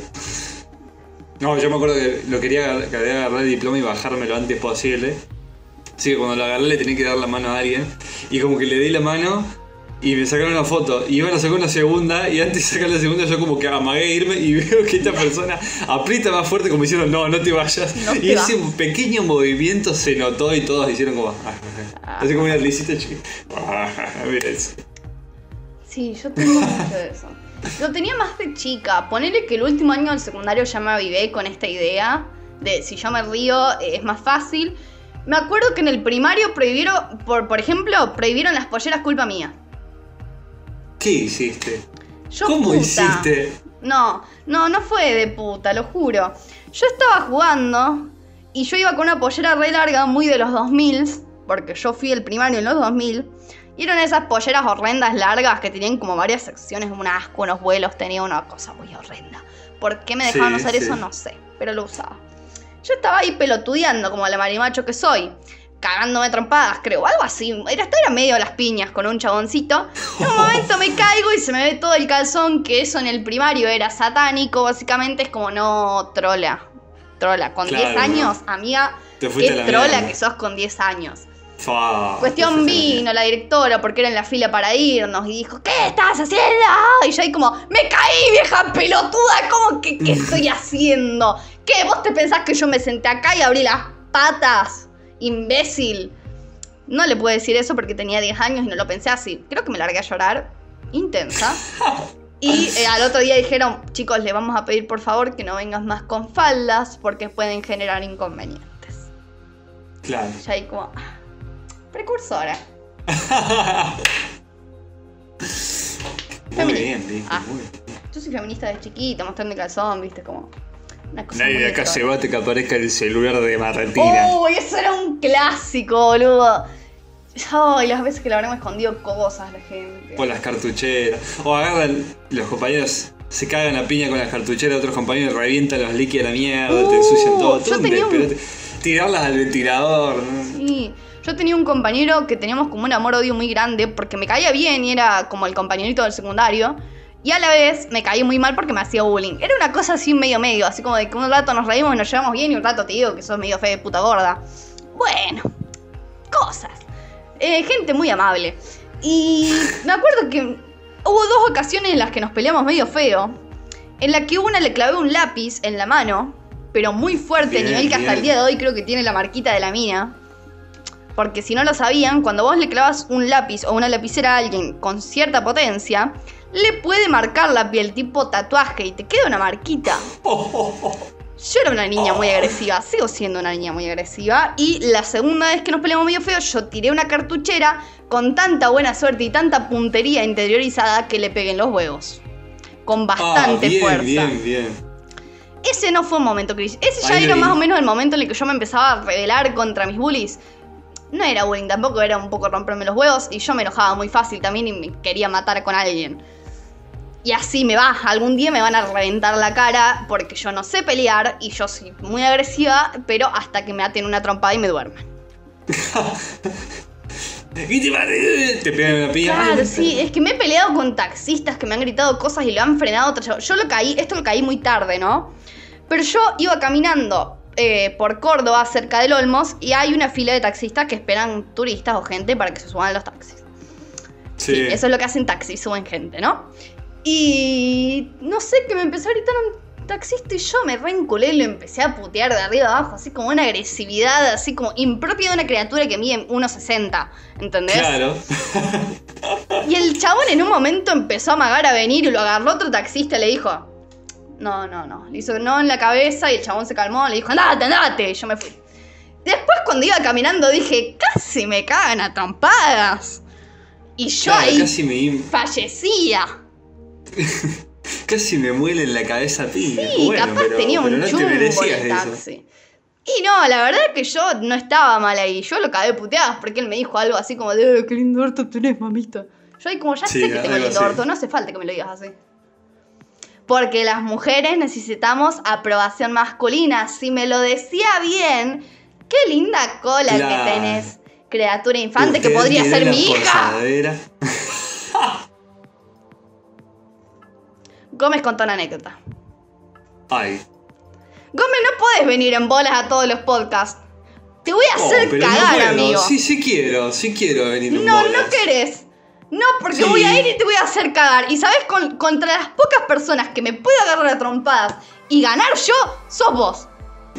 No, yo me acuerdo que lo quería agarrar, quería agarrar el diploma y bajarme lo antes posible. Así que cuando lo agarré le tenía que dar la mano a alguien. Y como que le di la mano y me sacaron una foto. Y iban a sacar una segunda. Y antes de sacar la segunda yo como que amagué irme. Y veo que esta persona aprieta más fuerte como diciendo no, no te vayas. No te y ese vas. pequeño movimiento se notó y todos hicieron como... Así como una risita chiquita. Mira eso. Sí, yo tengo mucho de eso. Lo tenía más de chica. Ponele que el último año del secundario ya me avivé con esta idea de si yo me río eh, es más fácil. Me acuerdo que en el primario prohibieron, por, por ejemplo, prohibieron las polleras culpa mía. ¿Qué hiciste? Yo, ¿Cómo puta. hiciste? No, no, no fue de puta, lo juro. Yo estaba jugando y yo iba con una pollera re larga, muy de los dos mil, porque yo fui el primario en los dos mil. Y eran esas polleras horrendas largas que tenían como varias secciones, un asco, unos vuelos, tenía una cosa muy horrenda. ¿Por qué me dejaban Sí, usar sí. eso? No sé, pero lo usaba. Yo estaba ahí pelotudeando como la marimacho que soy, cagándome a trompadas, creo, algo así. Era, esto era medio a las piñas con un chaboncito. En un momento me caigo y se me ve todo el calzón, que eso en el primario era satánico, básicamente es como, no, trola. Trola, con Claro, diez años, amiga, Te fuiste qué a la trola mierda. que sos con diez años. Fa, Cuestión te fuiste a la vino la directora porque era en la fila para irnos y dijo, ¿qué estás haciendo? Y yo ahí como, me caí, vieja pelotuda, ¿cómo que qué estoy haciendo? ¿Qué? ¿Vos te pensás que yo me senté acá y abrí las patas? Imbécil. No le puedo decir eso porque tenía diez años y no lo pensé así. Creo que me largué a llorar, intensa. Y eh, al otro día dijeron, chicos, le vamos a pedir por favor que no vengas más con faldas porque pueden generar inconvenientes. Claro. Y ahí como... ah, precursora. Muy Feminista. bien, Vicky, Ah. muy bien. Yo soy feminista desde chiquita, mostrando el calzón, viste, como una cosa Nadie muy de acá de se troll. bate que aparezca el celular de Martina. ¡Uy, eso era un clásico, boludo! Ay, las veces que le habremos escondido cosas a la gente. O las cartucheras. O agarran los compañeros, se cagan a piña con las cartucheras de otros compañeros, revientan los líquidos a la mierda, Uh, te ensucian todo. yo todo un tenía un- despelote. Tirarlas al ventilador, ¿no? Sí, yo tenía un compañero que teníamos como un amor-odio muy grande porque me caía bien y era como el compañerito del secundario. Y a la vez me caía muy mal porque me hacía bullying. Era una cosa así medio medio, así como de que un rato nos reímos y nos llevamos bien y un rato te digo que sos medio fe de puta gorda. Bueno, cosas. Eh, gente muy amable. Y me acuerdo que hubo dos ocasiones en las que nos peleamos medio feo. En la que una le clavé un lápiz en la mano, pero muy fuerte, Bien, nivel que hasta bien. el día de hoy creo que tiene la marquita de la mina. Porque si no lo sabían, cuando vos le clavas un lápiz o una lapicera a alguien con cierta potencia, le puede marcar la piel tipo tatuaje y te queda una marquita. Yo era una niña muy agresiva, sigo siendo una niña muy agresiva. Y la segunda vez que nos peleamos medio feo, yo tiré una cartuchera con tanta buena suerte y tanta puntería interiorizada que le pegué en los huevos. Con bastante Ah, bien, fuerza. bien, bien. Ese no fue un momento crisis. Ese ya Ahí lo era vi. más o menos el momento en el que yo me empezaba a rebelar contra mis bullies. No era bullying tampoco, era un poco romperme los huevos. Y yo me enojaba muy fácil también y me quería matar con alguien. Y así me va, algún día me van a reventar la cara porque yo no sé pelear y yo soy muy agresiva, pero hasta que me aten una trompada y me duerman. Y te, te pegan una piña. Claro, sí, es que me he peleado con taxistas que me han gritado cosas y lo han frenado. Yo lo caí, esto lo caí muy tarde, ¿no? Pero yo iba caminando eh, por Córdoba, cerca del Olmos, y hay una fila de taxistas que esperan turistas o gente para que se suban a los taxis. Sí. Sí, eso es lo que hacen taxis, suben gente, ¿no? Y no sé, que me empezó a gritar un taxista y yo me reenculé y lo empecé a putear de arriba abajo, así como una agresividad, así como impropia de una criatura que mide uno sesenta, ¿entendés? Claro. Y el chabón en un momento empezó a amagar a venir y lo agarró otro taxista y le dijo, no, no, no, le hizo no en la cabeza y el chabón se calmó, le dijo, andate, andate, y yo me fui. Después cuando iba caminando dije, casi me cagan a trompadas. Y yo claro, ahí casi me... fallecía. Casi me muele en la cabeza a ti. Sí, bueno, capaz pero, tenía un pero no chumbo en el taxi. Eso. Y no, la verdad es que yo no estaba mal ahí. Yo lo cagué puteadas porque él me dijo algo así como de, qué lindo orto tenés, mamita. Yo ahí como, ya sí, sé que tengo lindo orto, no hace falta que me lo digas así. Porque las mujeres necesitamos aprobación masculina. Si me lo decía bien, qué linda cola claro. que tenés, criatura infante, que podría ser mi hija. Gómez contó una anécdota. Ay. Gómez, no podés venir en bolas a todos los podcasts. Te voy a hacer oh, cagar, no amigo. Sí, sí quiero, sí quiero venir en no, bolas. No, no querés. No, porque sí. voy a ir y te voy a hacer cagar. Y sabes, con, contra las pocas personas que me puedo agarrar a trompadas y ganar yo, sos vos.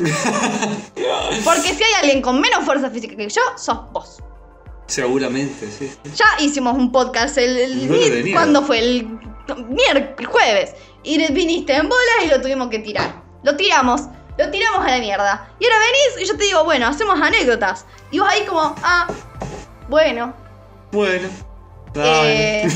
Porque si hay alguien con menos fuerza física que yo, sos vos. Seguramente, sí. Ya hicimos un podcast el, el no ¿cuándo fue? El miércoles, jueves. Y viniste en bolas y lo tuvimos que tirar. Lo tiramos, lo tiramos a la mierda. Y ahora venís y yo te digo, bueno, hacemos anécdotas. Y vos ahí como, ah, bueno. Bueno. Eh,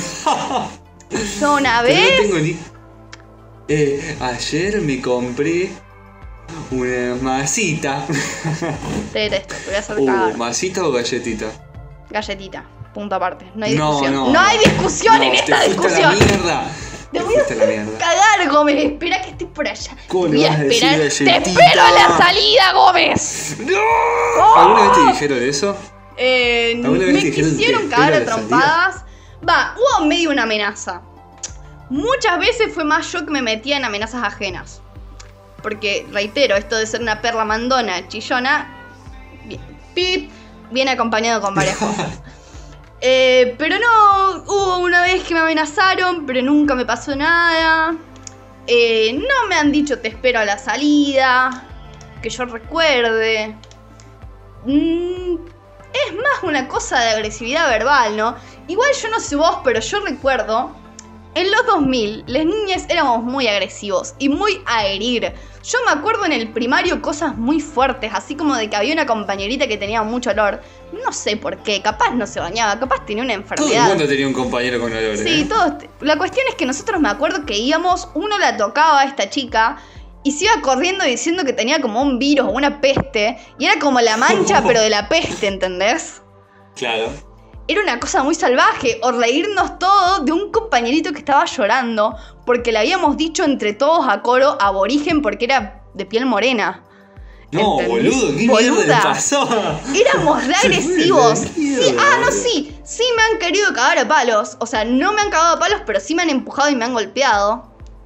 yo una vez... No tengo ni... eh, ayer me compré una masita. Te detesto, te voy a hacer cagar. Uh, ¿masita o galletita? Galletita, punto aparte. No hay no, discusión. No, no hay discusión no, en esta te discusión. A la mierda. Te voy a hacer cagar, Gómez. Espera que estés por allá. ¿Cómo te voy a esperar. Decir ¡Te espero a la salida, Gómez! ¡No! Oh. ¿Alguna vez te dijeron eso? Eh, me quisieron cagar a trompadas. Va, hubo medio una amenaza. Muchas veces fue más yo que me metía en amenazas ajenas. Porque, reitero, esto de ser una perra mandona, chillona, pip, viene acompañado con varias cosas. Eh, pero no, hubo una vez que me amenazaron, pero nunca me pasó nada. Eh, no me han dicho te espero a la salida, que yo recuerde. Mm, es más una cosa de agresividad verbal, ¿no? Igual yo no sé vos, pero yo recuerdo, en los dos mil, las niñas éramos muy agresivos y muy a herir. Yo me acuerdo en el primario cosas muy fuertes, así como de que había una compañerita que tenía mucho olor. No sé por qué, capaz no se bañaba, capaz tenía una enfermedad. Todo el mundo tenía un compañero con olor. Sí, ¿eh? todos. La cuestión es que nosotros me acuerdo que íbamos, uno la tocaba a esta chica y se iba corriendo diciendo que tenía como un virus o una peste. Y era como la mancha, pero de la peste, ¿entendés? Claro. Era una cosa muy salvaje, o reírnos todos de un compañerito que estaba llorando porque le habíamos dicho entre todos a coro aborigen porque era de piel morena. No, ¿entendés? Boludo, ¿qué mierda le pasó? Éramos re agresivos. Sí, ah, no, sí, sí me han querido cagar a palos. O sea, no me han cagado a palos, pero sí me han empujado y me han golpeado.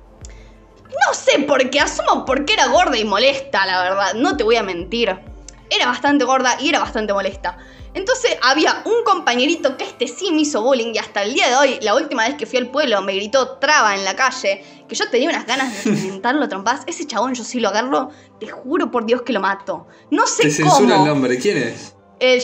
No sé por qué, asumo porque era gorda y molesta, la verdad, no te voy a mentir. Era bastante gorda y era bastante molesta. Entonces había un compañerito que este sí me hizo bullying y hasta el día de hoy, la última vez que fui al pueblo, me gritó traba en la calle, que yo tenía unas ganas de reventarlo a trompadas. Ese chabón yo sí lo agarro, te juro por Dios que lo mato. No sé te cómo. Te censura el nombre, ¿quién es? El...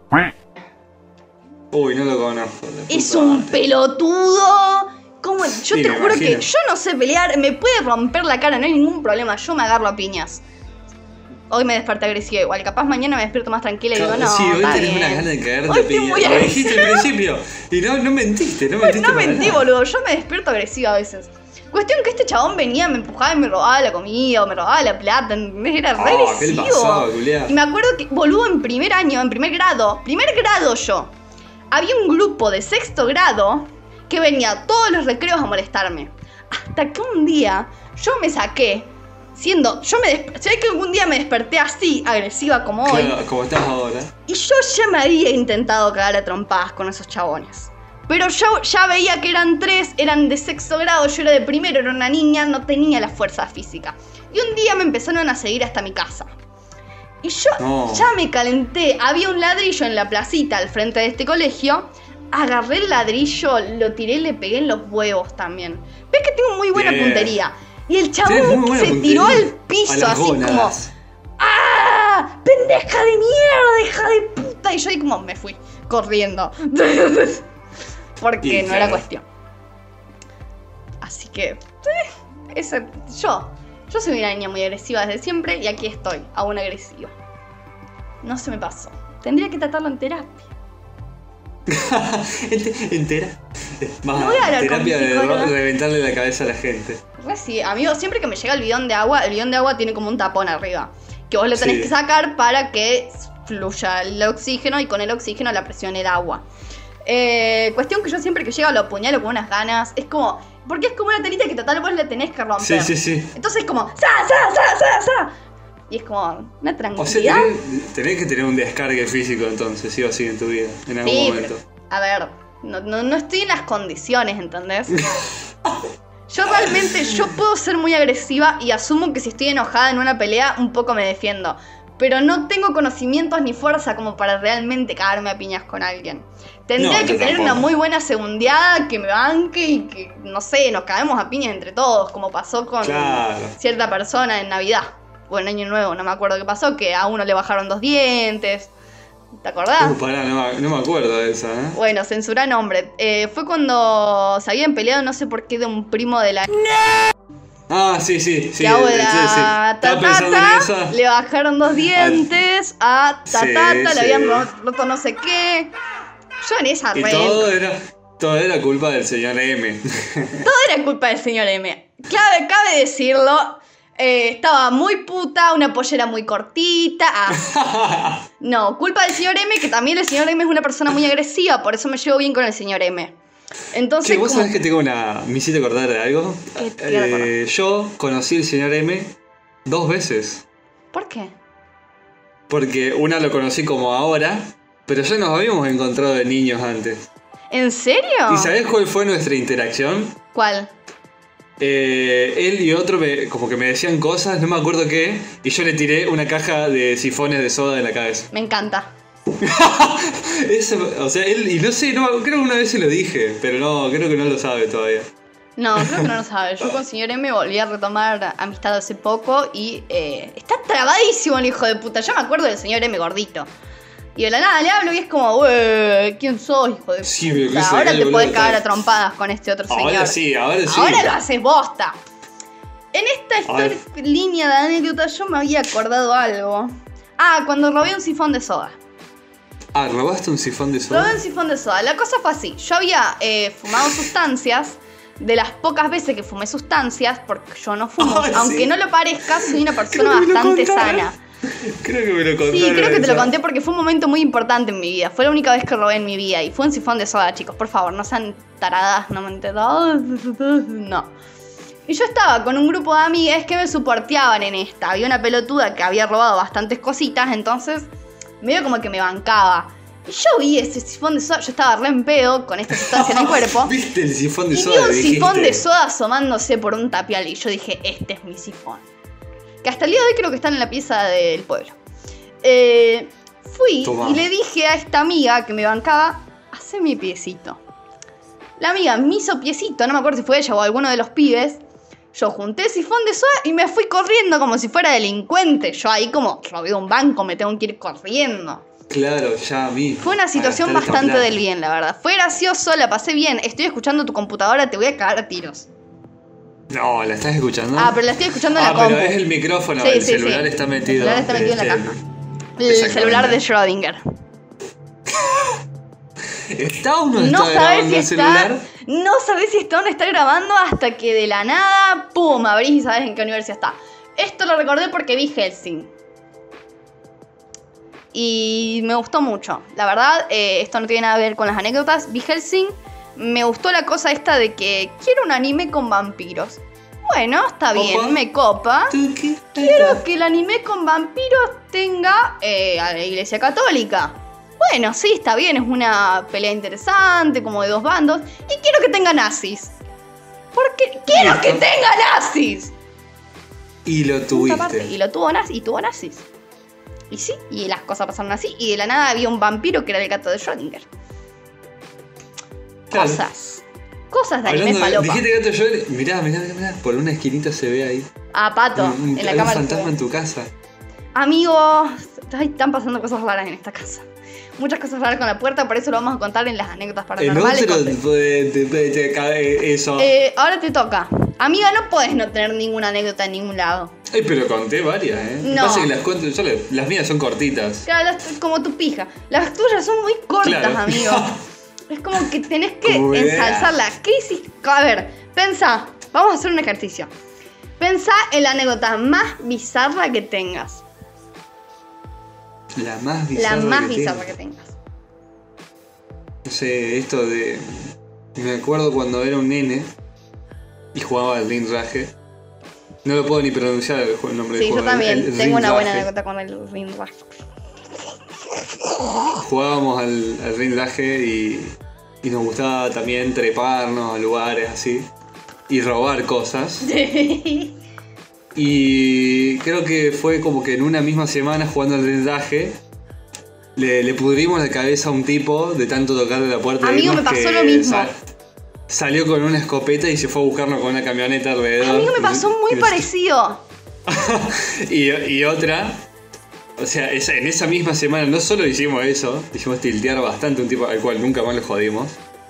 Uy, no lo conozco. Es un pelotudo. ¿Cómo? Yo sí, te juro imagino. Que yo no sé pelear, me puede romper la cara, no hay ningún problema, yo me agarro a piñas. Hoy me desperté agresiva igual, capaz mañana me despierto más tranquila y digo, no, sí, hoy tenés bien. Una ganas de cagarte a piña. Lo dijiste al principio y no, no mentiste, no mentiste. No mentí, nada. Boludo, yo me despierto agresiva a veces. Cuestión que este chabón venía, me empujaba y me robaba la comida o me robaba la plata, era re oh, agresivo. ¿Qué le pasaba, culiá? Y me acuerdo que, boludo, en primer año, en primer grado, primer grado yo, había un grupo de sexto grado que venía todos los recreos a molestarme. Hasta que un día yo me saqué siendo, yo me desperté, ¿sabés que algún día me desperté así, agresiva como hoy? Claro, como estás ahora. Y yo ya me había intentado cagar a trompadas con esos chabones. Pero yo ya veía que eran tres, eran de sexto grado, yo era de primero, era una niña, no tenía la fuerza física. Y un día me empezaron a seguir hasta mi casa. Y yo no. ya me calenté, había un ladrillo en la placita al frente de este colegio. Agarré el ladrillo, lo tiré y le pegué en los huevos también. Ves que tengo muy buena Bien. puntería. Y el chabón se tiró al piso así como... ¡Ah! ¡Pendeja de mierda! ¡Hija de puta! Y yo ahí como me fui corriendo. Porque y no claro. era cuestión. Así que... Eh, ese, yo... Yo soy una niña muy agresiva desde siempre y aquí estoy, aún agresiva. No se me pasó. Tendría que tratarlo en terapia. ¿Entera? Más No voy a hablar con terapia mi de psicóloga. reventarle la cabeza a la gente. Re sí, amigo, siempre que me llega el bidón de agua, el bidón de agua tiene como un tapón arriba. Que vos lo tenés Sí. que sacar para que fluya el oxígeno y con el oxígeno la presión el agua. Eh, cuestión que yo siempre que llego lo apuñalo con unas ganas. Es como... Porque es como una telita que total vos la tenés que romper. Sí, sí, sí. Entonces es como... ¡Sa, sa, sa, sa, sa! Y es como una O tranquilidad. sea, tenés, tenés que tener un descargue físico entonces, sí o sí, en tu vida, en algún Sí, momento. pero, a ver, no, no, no estoy en las condiciones, ¿entendés? Yo realmente, yo puedo ser muy agresiva y asumo que si estoy enojada en una pelea, un poco me defiendo. Pero no tengo conocimientos ni fuerza como para realmente cagarme a piñas con alguien. Tendría No, que yo tener tampoco. una muy buena segundeada que me banque y que, no sé, nos caguemos a piñas entre todos, como pasó con Claro. cierta persona en Navidad. O en Año Nuevo, no me acuerdo qué pasó, que a uno le bajaron dos dientes. ¿Te acordás? Uh, pará, no, me- no me acuerdo de esa, ¿eh? Bueno, censura nombre. Eh, fue cuando se habían peleado, no sé por qué, de un primo de la... Ah, sí, sí, sí. la sí, abuela sí. Estaba pensando en Tatata, esa. le bajaron dos dientes, a Sí, Tatata le sí. habían ro- roto no sé qué. Yo en esa Y re... todo era, todo era culpa del señor M. Todo era culpa del señor M. Cabe, cabe decirlo, eh, estaba muy puta, una pollera muy cortita. ah. No, culpa del señor M, que también el señor M es una persona muy agresiva, por eso me llevo bien con el señor M. Entonces, Che, ¿vos como- sabés que tengo una... ¿Me hiciste acordar de algo? ¿Qué te quiero acordar? Eh, yo conocí al señor M dos veces. ¿Por qué? Porque una lo conocí como ahora, pero ya nos habíamos encontrado de niños antes. ¿En serio? ¿Y sabés cuál fue nuestra interacción? ¿Cuál? Eh, él y otro me- como que me decían cosas, no me acuerdo qué, y yo le tiré una caja de sifones de soda en la cabeza. Me encanta. Eso, o sea, él, y no sé, no, creo que una vez se lo dije, pero no, creo que no lo sabe todavía. No, creo que no lo sabe. Yo con señor M volví a retomar amistad hace poco y eh, está trabadísimo el hijo de puta. Yo me acuerdo del señor M gordito. Y de la nada le hablo y es como, "Wey, ¿quién sos, hijo de Sí, puta? pero que se Ahora cae, te boludo, podés cagar está- a trompadas con este otro señor. Ahora sí, ahora sí. Ahora lo haces bosta". En esta Ahora- historia- línea de anécdotas yo me había acordado algo. Ah, cuando robé un sifón de soda. Ah, ¿robaste un sifón de soda? Robé un sifón de soda. La cosa fue así. Yo había eh, fumado sustancias. De las pocas veces que fumé sustancias, porque yo no fumo, Ay, aunque sí. no lo parezca, soy una persona Creo que me lo bastante contaron. sana. Creo que me lo contaron. Sí, creo que te lo esa. conté porque fue un momento muy importante en mi vida. Fue la única vez que robé en mi vida y fue un sifón de soda, chicos. Por favor, no sean taradas, no me entiendo. No. Y yo estaba con un grupo de amigas que me soporteaban en esta. Había una pelotuda que había robado bastantes cositas, entonces medio como que me bancaba. Y yo vi ese sifón de soda, yo estaba re en pedo con esta sustancia en el cuerpo. ¿Viste el sifón de Y vi soda? un Dijiste. sifón de soda asomándose por un tapial y yo dije, este es mi sifón. Que hasta el día de hoy creo que están en la pieza del pueblo. Eh, fui Tomá. y le dije a esta amiga que me bancaba, hacé mi piecito. La amiga me hizo piecito, no me acuerdo si fue ella o alguno de los pibes. Yo junté el sifón de soda y me fui corriendo como si fuera delincuente. Yo ahí como, robé un banco, me tengo que ir corriendo. Claro, ya a mí. Fue una situación bastante del bien, la verdad. Fue gracioso, la pasé bien. Estoy escuchando tu computadora, te voy a cagar a tiros. No, ¿la estás escuchando? Ah, pero la estoy escuchando en Ah, la compu. pero es el micrófono, Sí, el sí, celular sí. está metido. El celular está metido en la este, caja. El exactamente. celular de Schrödinger. ¿Está o no está No sabes grabando si el está. celular? No sabes si está o no está grabando hasta que de la nada, pum, abrís y sabes en qué universidad está. Esto lo recordé porque vi Hellsing. Y me gustó mucho. La verdad, eh, esto no tiene nada que ver con las anécdotas. Vi Hellsing. Me gustó la cosa esta de que quiero un anime con vampiros. Bueno, está bien, Opa. me copa. Tuki, Quiero que el anime con vampiros tenga eh, a la iglesia católica. Bueno, sí, está bien, es una pelea interesante, como de dos bandos. Y quiero que tenga nazis. Porque quiero que tenga nazis. Y lo Punta aparte. tuviste. Y lo tuvo nazis, y tuvo nazis. Y sí, y las cosas pasaron así. Y de la nada había un vampiro que era el gato de Schrödinger. Claro. Cosas. Cosas de anime Hablando de, falopa. dijiste gato Joel, mirá, mirá, mirá, mirá, por una esquinita se ve ahí. Ah, Pato, un, un- en la hay un cámara. fantasma en tu casa. Amigos, ay, están pasando cosas raras en esta casa. Muchas cosas raras con la puerta, por eso lo vamos a contar en las anécdotas El paranormales. otro Conté. te- te- te- te cae eso. Eh, ahora te toca. Amiga, no podés no tener ninguna anécdota en ningún lado. Ay, pero conté varias, ¿eh? Lo que No. pasa es que las cuento, yo las, las mías son cortitas. Claro, las- como tu pija. Las tuyas son muy cortas, Claro. amigo. Es como que tenés que Como idea. ensalzarla. ¿Qué hiciste? A ver, pensá. Vamos a hacer un ejercicio. Pensá en la anécdota más bizarra que tengas. La más La bizarra. más que bizarra tengo. que tengas. No sé, esto de. Me acuerdo cuando era un nene y jugaba al Rindraje. No lo puedo ni pronunciar el, jue- el nombre Sí, del yo juego. también. el- el Tengo una buena Rindraje. anécdota con el Rindraje. Jugábamos al, al Rindraje y, y nos gustaba también treparnos a lugares así y robar cosas. Y creo que fue como que en una misma semana jugando al Rindraje le, le pudrimos la cabeza a un tipo de tanto tocarle la puerta. de Amigo, irnos me pasó que lo mismo. sa- salió con una escopeta y se fue a buscarnos con una camioneta alrededor. Amigo, me pasó muy Y- parecido. Y, y otra, o sea, esa- en esa misma semana no solo hicimos eso, hicimos tiltear bastante a un tipo al cual nunca más lo jodimos,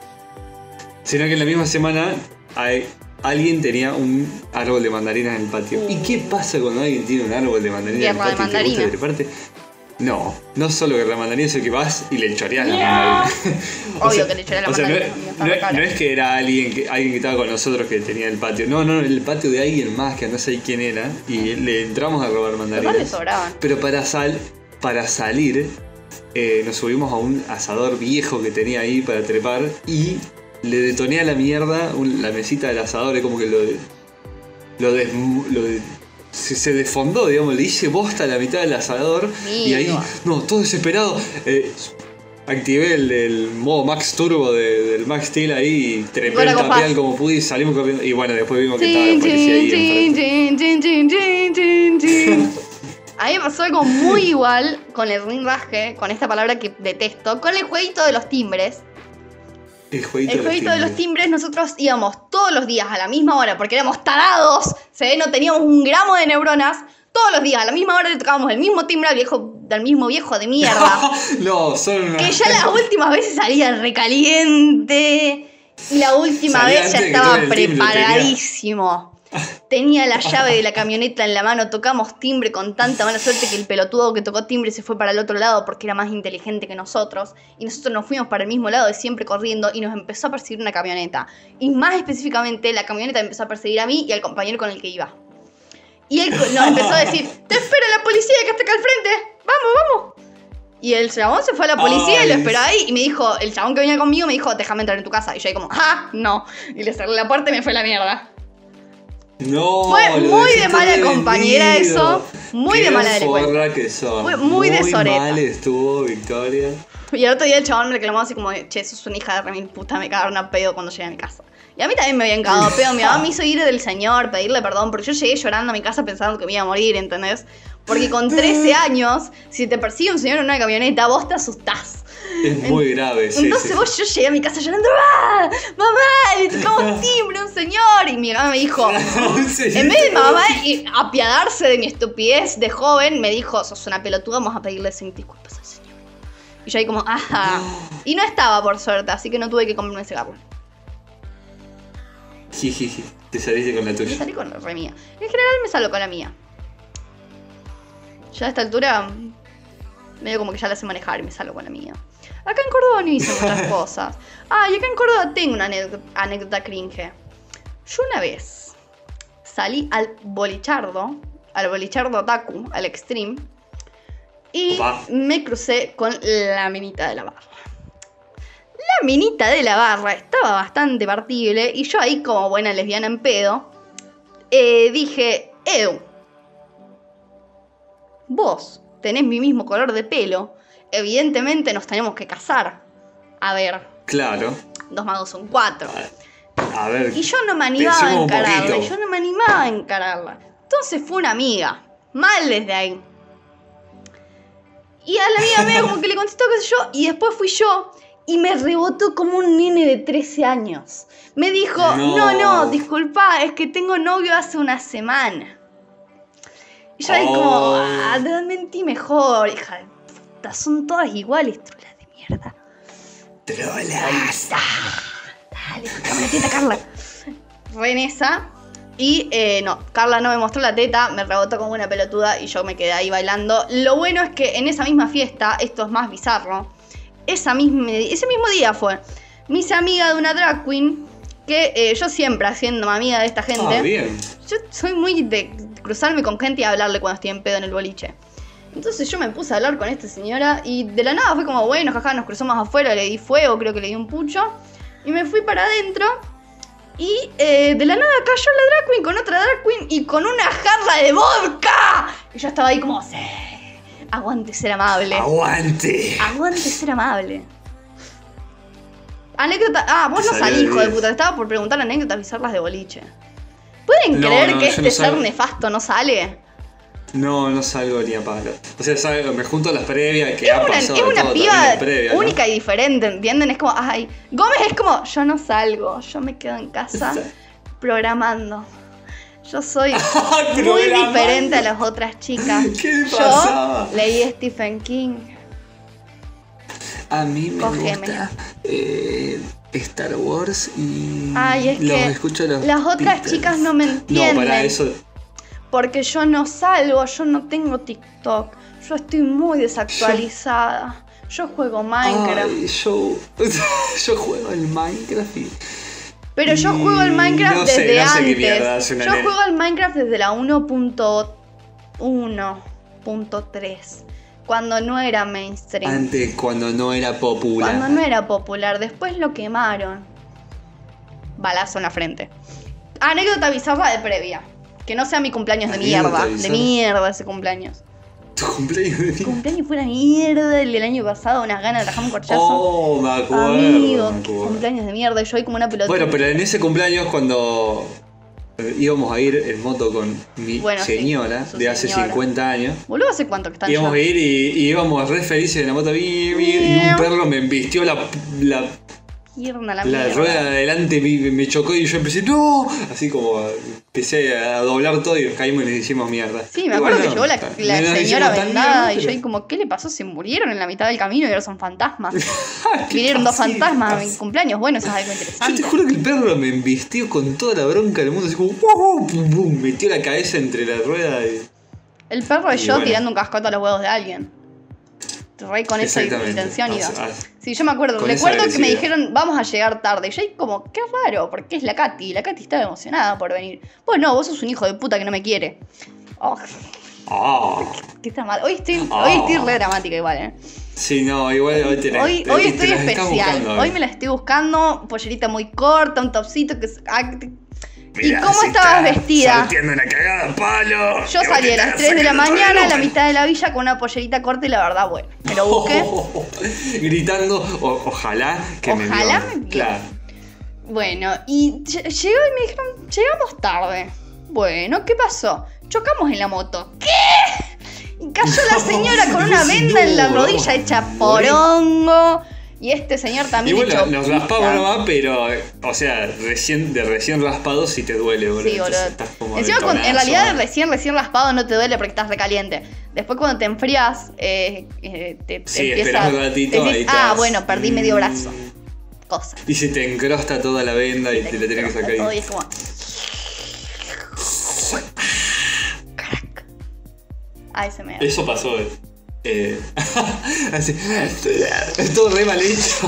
sino que en la misma semana hay- alguien tenía un árbol de mandarinas en el patio. ¿Y qué pasa cuando alguien tiene un árbol de mandarinas en el Guerra de patio y te gusta mandarinas. treparte? No, no solo que la mandarina es el que vas y le choreás la mandarina. Obvio que le choreás la o sea, no, mandarina, amigo, está no- re cara. no es que era alguien que, alguien que estaba con nosotros que tenía el patio. No, no, el patio de alguien más que no sé quién era. Y le entramos a robar Capaz le mandarinas. sobraban. Pero para, sal, para salir, eh, nos subimos a un asador viejo que tenía ahí para trepar y le detoné a la mierda un- la mesita del asador. Es como que lo. Lo, des- lo de- se, se desfondó, digamos, le hice bosta a la mitad del asador. Y ahí, Amigo. no, todo desesperado. eh, activé el, el modo Max Turbo de- del Max Steel ahí y trepé Gora el con tapial paz. como pude y salimos corriendo. Y bueno, después vimos que estaba la Chin, policía ahí chin, enfrente. chin, chin, chin, chin, chin, chin. A mí me pasó algo muy igual con el rindraje, con esta palabra que detesto, con el jueguito de los timbres. El jueguito, El jueguito de los timbres. timbres, nosotros íbamos todos los días a la misma hora, porque éramos tarados, se ve, no teníamos un gramo de neuronas. Todos los días a la misma hora le tocábamos el mismo timbre al viejo, del mismo viejo de mierda. No, son una... Que ya las últimas veces salía recaliente. Y la última Salía vez ya antes de que estaba toquen el timbre, preparadísimo. Tenía la llave de la camioneta en la mano, tocamos timbre con tanta mala suerte que el pelotudo que tocó timbre se fue para el otro lado porque era más inteligente que nosotros. Y nosotros nos fuimos para el mismo lado de siempre corriendo y nos empezó a perseguir una camioneta. Y más específicamente, la camioneta me empezó a perseguir a mí y al compañero con el que iba. Y él nos empezó a decir, te espera la policía que está acá al frente, vamos, vamos. Y el chabón se fue a la policía y lo Ay. esperó ahí. Y me dijo, el chabón que venía conmigo me dijo, déjame entrar en tu casa. Y yo ahí como, ah, no. Y le cerré la puerta y me fue a la mierda. No, Fue lo muy de dejaste mala vendido. compañera eso, muy Qué de mala delincuente. forra que sos. Fue muy de soreta. mal estuvo, Victoria. Y el otro día el chabón me reclamó así como, che, sos una hija de remil puta, me cagaron a pedo cuando llegué a mi casa. Y a mí también me habían cagado a pedo. Mi mamá me hizo ir del señor, pedirle perdón, porque yo llegué llorando a mi casa pensando que me iba a morir, ¿entendés? Porque con trece años, si te persigue un señor en una camioneta, vos te asustás. Es muy grave, sí. Entonces sí. vos, yo llegué a mi casa llorando, ¡ah! ¡Mamá! Le tocamos timbre, un señor. Y mi mamá me dijo, Sí. en vez de mi mamá y apiadarse de mi estupidez de joven, me dijo, sos una pelotuda, vamos a pedirle cien disculpas al señor. Y yo ahí como, ajá. Y no estaba, por suerte, así que no tuve que comprarme cigarro. Jijiji, te saliste con la Me tuya. salí con la re mía. En general me salgo con la mía. Ya a esta altura, medio como que ya la sé manejar y me salgo con la mía. Acá en Córdoba no hice muchas cosas. Ah, y acá en Córdoba tengo una anécdota, anécdota cringe. Yo una vez salí al bolichardo, al bolichardo otaku, al extreme, y Opa. me crucé con la minita de la barra. La minita de la barra estaba bastante partible y yo ahí como buena lesbiana en pedo, eh, dije, Ew, vos tenés mi mismo color de pelo, evidentemente nos tenemos que casar. A ver. Claro. Dos más dos son cuatro. A ver. Y yo no me animaba a encararla. Un yo no me animaba a encararla. Entonces fue una amiga. Mal desde ahí. Y a la amiga medio como que le contestó, qué sé yo. Y después fui yo. Y me rebotó como un nene de trece años. Me dijo, no, no, no disculpa, es que tengo novio hace una semana. Y yo ahí oh. como, ah, mentí mejor, hija de puta. Son todas iguales, trolas de mierda. Trolas. Dale, tocame la teta, Carla. Re en esa. Y eh, no, Carla no me mostró la teta, me rebotó como una pelotuda y yo me quedé ahí bailando. Lo bueno es que en esa misma fiesta, esto es más bizarro, esa misma, ese mismo día fue, me hice amiga de una drag queen que eh, yo siempre haciéndome amiga de esta gente. Ah, bien. Yo soy muy de cruzarme con gente y hablarle cuando estoy en pedo en el boliche. Entonces yo me puse a hablar con esta señora y de la nada fue como, bueno, jaja, nos cruzamos afuera, le di fuego, creo que le di un pucho. Y me fui para adentro y eh, de la nada cayó la drag queen con otra drag queen y con una jarra de vodka. Y yo estaba ahí como, sí, aguante ser amable. Aguante. Aguante ser amable. Anécdota, ah, vos no salís, hijo de puta, te estaba por preguntar anécdotas bizarras de boliche. ¿Pueden No, creer no, que yo este no ser salgo. nefasto no sale? No, no salgo ni a palo. O sea, salgo, me junto a las previas que Es ha una, pasado es de una todo piba también en previa, ¿no? única y diferente, ¿entienden? Es como, ay, Gómez es como, yo no salgo, yo me quedo en casa programando. Yo soy muy Programando. diferente a las otras chicas. ¿Qué le yo pasaba? leí Stephen King. A mí me Cógeme. gusta eh, Star Wars y Ay, es los que escucho a los las otras Beatles. chicas no me entienden. No, para eso. Porque yo no salgo, yo no tengo TikTok. Yo estoy muy desactualizada. Yo juego Minecraft. Ay, yo, yo juego el Minecraft y... Pero yo juego el Minecraft no sé, desde no sé qué antes. mierda hace una Yo nena. juego el Minecraft desde la uno punto uno punto tres. Cuando no era mainstream. Antes, cuando no era popular. Cuando no era popular. Después lo quemaron. Balazo en la frente. Anécdota bizarra de previa. Que no sea mi cumpleaños de Anécdota mierda. De bizarra. mierda ese cumpleaños. Tu cumpleaños de Mi mí. cumpleaños fue una mierda. El del año pasado, unas ganas de rajar un corchazo. Oh, me acuerdo. Amigo, me qué acuerdo. cumpleaños de mierda. Y yo ahí como una pelota. Bueno, pero en ese cumpleaños cuando eh, íbamos a ir en moto con mi Bueno, sí, señora su de hace señora. cincuenta años. Boludo, ¿hace cuánto que están Íbamos ya? a ir y, y íbamos re felices en la moto bi, bi, y un perro me embistió la, la, Tierna la la mierda. rueda de adelante, me, me chocó y yo empecé, ¡no! Así como empecé a doblar todo y nos caímos y nos hicimos mierda. Sí, me Y acuerdo bueno, que llegó la, ta- la nos señora hicimos tan vendada mierda, y yo pero- ahí como, ¿qué le pasó? Se murieron en la mitad del camino y ahora son fantasmas. ¿Qué Vinieron dos pasó? ¿Qué fantasmas a mi pasó? cumpleaños. Bueno, eso es algo Yo te interesante. juro que el perro me embistió con toda la bronca del mundo, así como, ¡wow! Pum, pum, metió la cabeza entre la rueda y... El perro y Y yo bueno. tirando un cascote a los huevos de alguien. Re con esa Exactamente. intención iba. As- as- Sí, yo me acuerdo. con esa Recuerdo que me agresividad. dijeron, vamos a llegar tarde. Y yo ahí como, qué raro, porque es la Katy. Y la Katy estaba emocionada por venir. Pues no, vos sos un hijo de puta que no me quiere. Oh, Ah. qué está mal. Hoy estoy, Ah. hoy estoy re dramática igual, eh. Sí, no, igual hoy te la- Hoy, te- hoy te estoy las estás especial. buscando, Hoy eh. me la estoy buscando. Pollerita muy corta, un topsito que... es- ah, te- ¿Y Mirá, cómo se estabas está vestida? Salteando una cagada a palo. Yo Y vos salí te a las estás tres de la sacando todo el mañana a la volumen. mitad de la villa con una pollerita corta y la verdad, bueno, me lo busqué. Gritando, o- ojalá que me Ojalá vio. me vio. Claro. Bueno, y ll- llegó y me dijeron, llegamos tarde. Bueno, ¿qué pasó? Chocamos en la moto. ¿Qué? Y cayó la señora con una venda en la No, rodilla hecha morí. porongo. Y este señor también Igual hecho nos pija. raspamos nomás, pero, eh, o sea, recién, de recién raspado sí te duele, boludo. Sí, Entonces boludo. estás como Encima, de con- en tonazo, realidad, ¿no? recién, recién raspado no te duele porque estás recaliente. Después, cuando te enfrías, eh, eh, te, te Sí, empieza. esperás un ratito, te decís, ahí ah, estás. bueno, perdí medio Mm. brazo. Cosa. Y se te encrosta toda la venda y te la tenés que sacar. Todo y Y... es como. Crack. A S M R. Eso pasó, eh. Eh, así, es todo re mal hecho.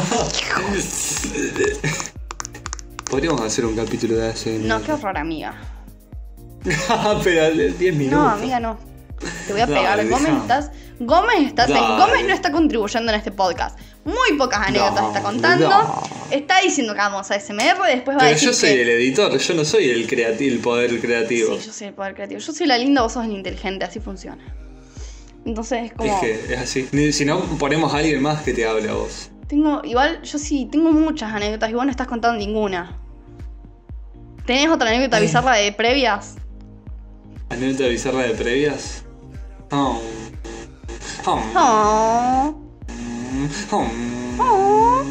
Podríamos hacer un capítulo de A S M R. No, qué horror, amiga. Pero diez minutos. No, amiga, no. Te voy a Dale, pegar. Gómez dejá. estás. Gómez estás en- Dale. Gómez no está contribuyendo en este podcast. muy pocas anécdotas No, está contando. no. Está diciendo que vamos a A S M R, después va a Pero decir yo soy que... el editor, yo no soy el, creati el poder creativo. Sí, yo soy el poder creativo. Yo soy la linda, vos sos el inteligente, así funciona. Entonces es como... Es que es así. Ni- Si no, ponemos a alguien más que te hable a vos. Tengo, igual, yo sí, tengo muchas anécdotas y vos no estás contando ninguna. ¿Tenés otra anécdota bizarra de previas? ¿Anécdota bizarra de previas? Oh. Oh. Oh. Oh. Oh.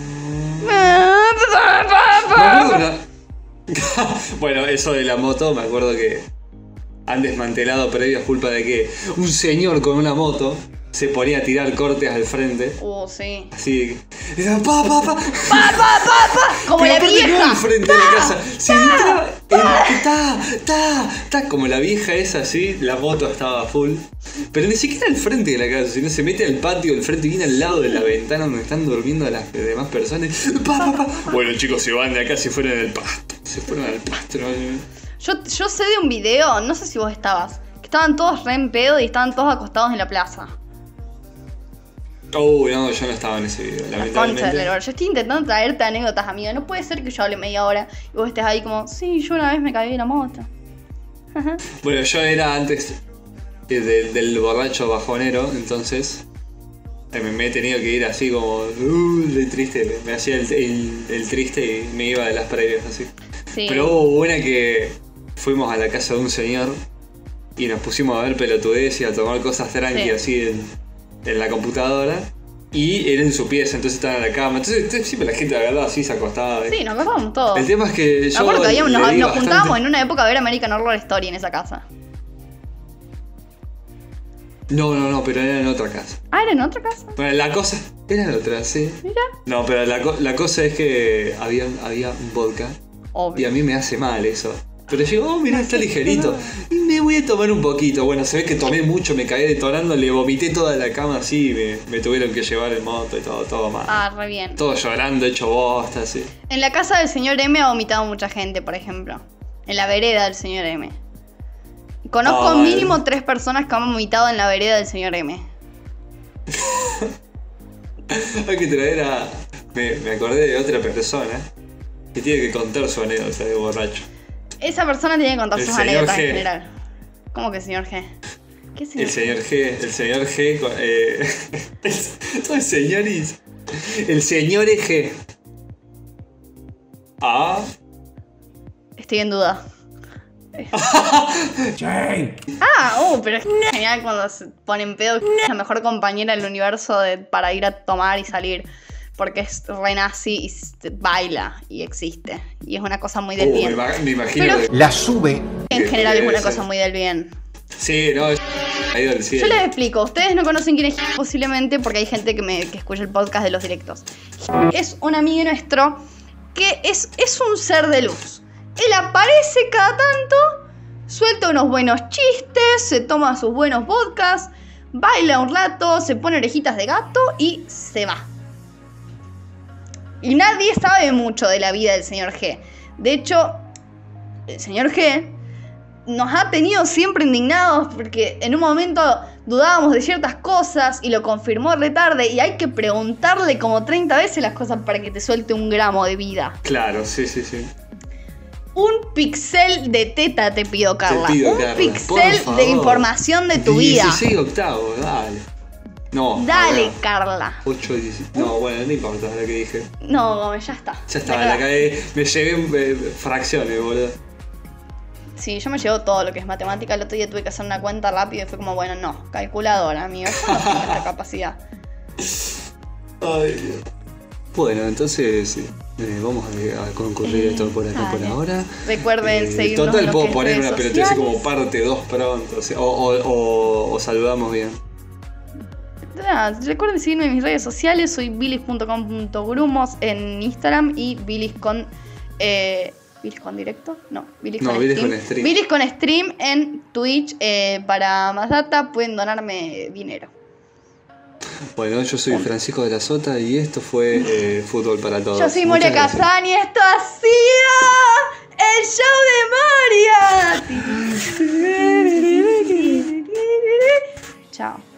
Me acuerdo una- Bueno, eso de la moto, me acuerdo que han desmantelado previas culpa de que un señor con una moto se ponía a tirar cortes al frente. Uh, sí. Así. Y decía, pa, pa, pa. ¡Pa, pa, pa, pa! Como Pero la aparte no vieja. al frente de la casa. Se entraba. en- Ta, ta, ta. Como la vieja esa así, la moto estaba full. Pero ni siquiera al frente de la casa, sino se mete al patio del frente y viene al lado de la ventana donde están durmiendo las demás personas. Pa, pa, pa. Bueno, chicos, se van de acá, se fueron al pasto. Se fueron al pasto. ¿no? Yo, yo sé de un video, no sé si vos estabas, que estaban todos re en pedo y estaban todos acostados en la plaza. Oh, no, yo no estaba en ese video, La concha del lamentablemente. hervor. Yo estoy intentando traerte anécdotas, amigo. No puede ser que yo hable media hora y vos estés ahí como, sí, yo una vez me caí de la moto. Bueno, yo era antes eh, del, del borracho bajonero, entonces eh, me, me he tenido que ir así como uh, de triste, me, me hacía el, el- el triste y me iba de las previas así. Sí. Pero hubo una que fuimos a la casa de un señor y nos pusimos a ver pelotudez y a tomar cosas tranqui Sí. así en, en la computadora. Y era en su pieza, entonces estaba en la cama. Entonces entonces, siempre la gente agarraba así, se acostaba. Sí, nos acordamos todos. El tema es que Me yo acuerdo que habíamos- le nos, di nos bastante- juntábamos en una época a ver American Horror Story en esa casa. No, no, no, pero era en otra casa. Ah, ¿era en otra casa? Bueno, la cosa... Era en otra, sí. Mira. No, pero la, co- la cosa es que había, había un vodka y Obvio. a mí me hace mal eso. Pero yo digo, oh, mirá, está ligerito. Y me voy a tomar un poquito. Bueno, se ve que tomé mucho, me caí detonando, le vomité toda la cama así, me, me tuvieron que llevar en moto y todo, todo mal. Ah, re bien. Todo llorando, hecho bosta, así. En la casa del señor M ha vomitado mucha gente, por ejemplo. En la vereda del señor M. Conozco Ah, mínimo el- tres personas que han vomitado en la vereda del señor M. Hay que traer a... Me, me acordé de otra persona que tiene que contar su anécdota de borracho. Esa persona tiene que contar El sus señor anécdotas G. en general. ¿Cómo que señor G? ¿Qué señor El señor G, el señor G, con- eh, todo el señoris. El señor G. Ah, Estoy en duda. Ah, uh, pero es genial cuando se ponen pedo. Es la mejor compañera del universo de- para ir a tomar y salir. Porque es re nazi y s- baila y existe. Y es una cosa muy del uh, me, bien. ima- me imagino Pero- que... La sube. En general es una debe cosa ser. muy del bien. Sí, no, es... ha ido al Yo cielo. les explico, ustedes no conocen quién es Gil posiblemente porque hay gente que, me, que escucha el podcast de los directos. Gil es un amigo nuestro que es, es un ser de luz. Él aparece cada tanto, suelta unos buenos chistes, se toma sus buenos vodkas, baila un rato, se pone orejitas de gato y se va. Y nadie sabe mucho de la vida del señor G. De hecho, el señor G nos ha tenido siempre indignados porque en un momento dudábamos de ciertas cosas y lo confirmó re tarde y hay que preguntarle como treinta veces las cosas para que te suelte un gramo de vida. Claro, sí, sí, sí. Un pixel de teta te pido, Carla. pido, un Carla, por pixel favor. de información de tu vida. dieciséis octavos, dale. No. Dale, a Carla. ver, ocho, dieciséis. No, bueno, no importa lo que dije. No, Gómez, ya está. Ya está, Me la cago. cagué. Me llevé eh, fracciones, boludo. Sí, yo me llevo todo lo que es matemática. El otro día tuve que hacer una cuenta rápido y fue como, bueno, no, calculadora, amigo. Yo no tengo esta capacidad. Ay, Dios. Bueno, entonces sí, eh, vamos a, a concluir esto por acá por Dale. ahora. Recuerden Eh, seguirnos Total, en lo puedo que es poner redes una pelota así como sociales. parte dos pronto. O, sea, o, o, o- o saludamos bien. Ah, recuerden seguirme en mis redes sociales. Soy billis punto com punto grumos en Instagram y billis con... Eh, ¿Billis con directo? No, Billis No, con Billis stream. con stream. Billis con stream en Twitch. Eh, para más data pueden donarme dinero. Bueno, yo soy Francisco de la Sota y esto fue eh, Fútbol para Todos. Yo soy Muchas Moria gracias. Kazan y esto ha sido el show de Moria. Chao.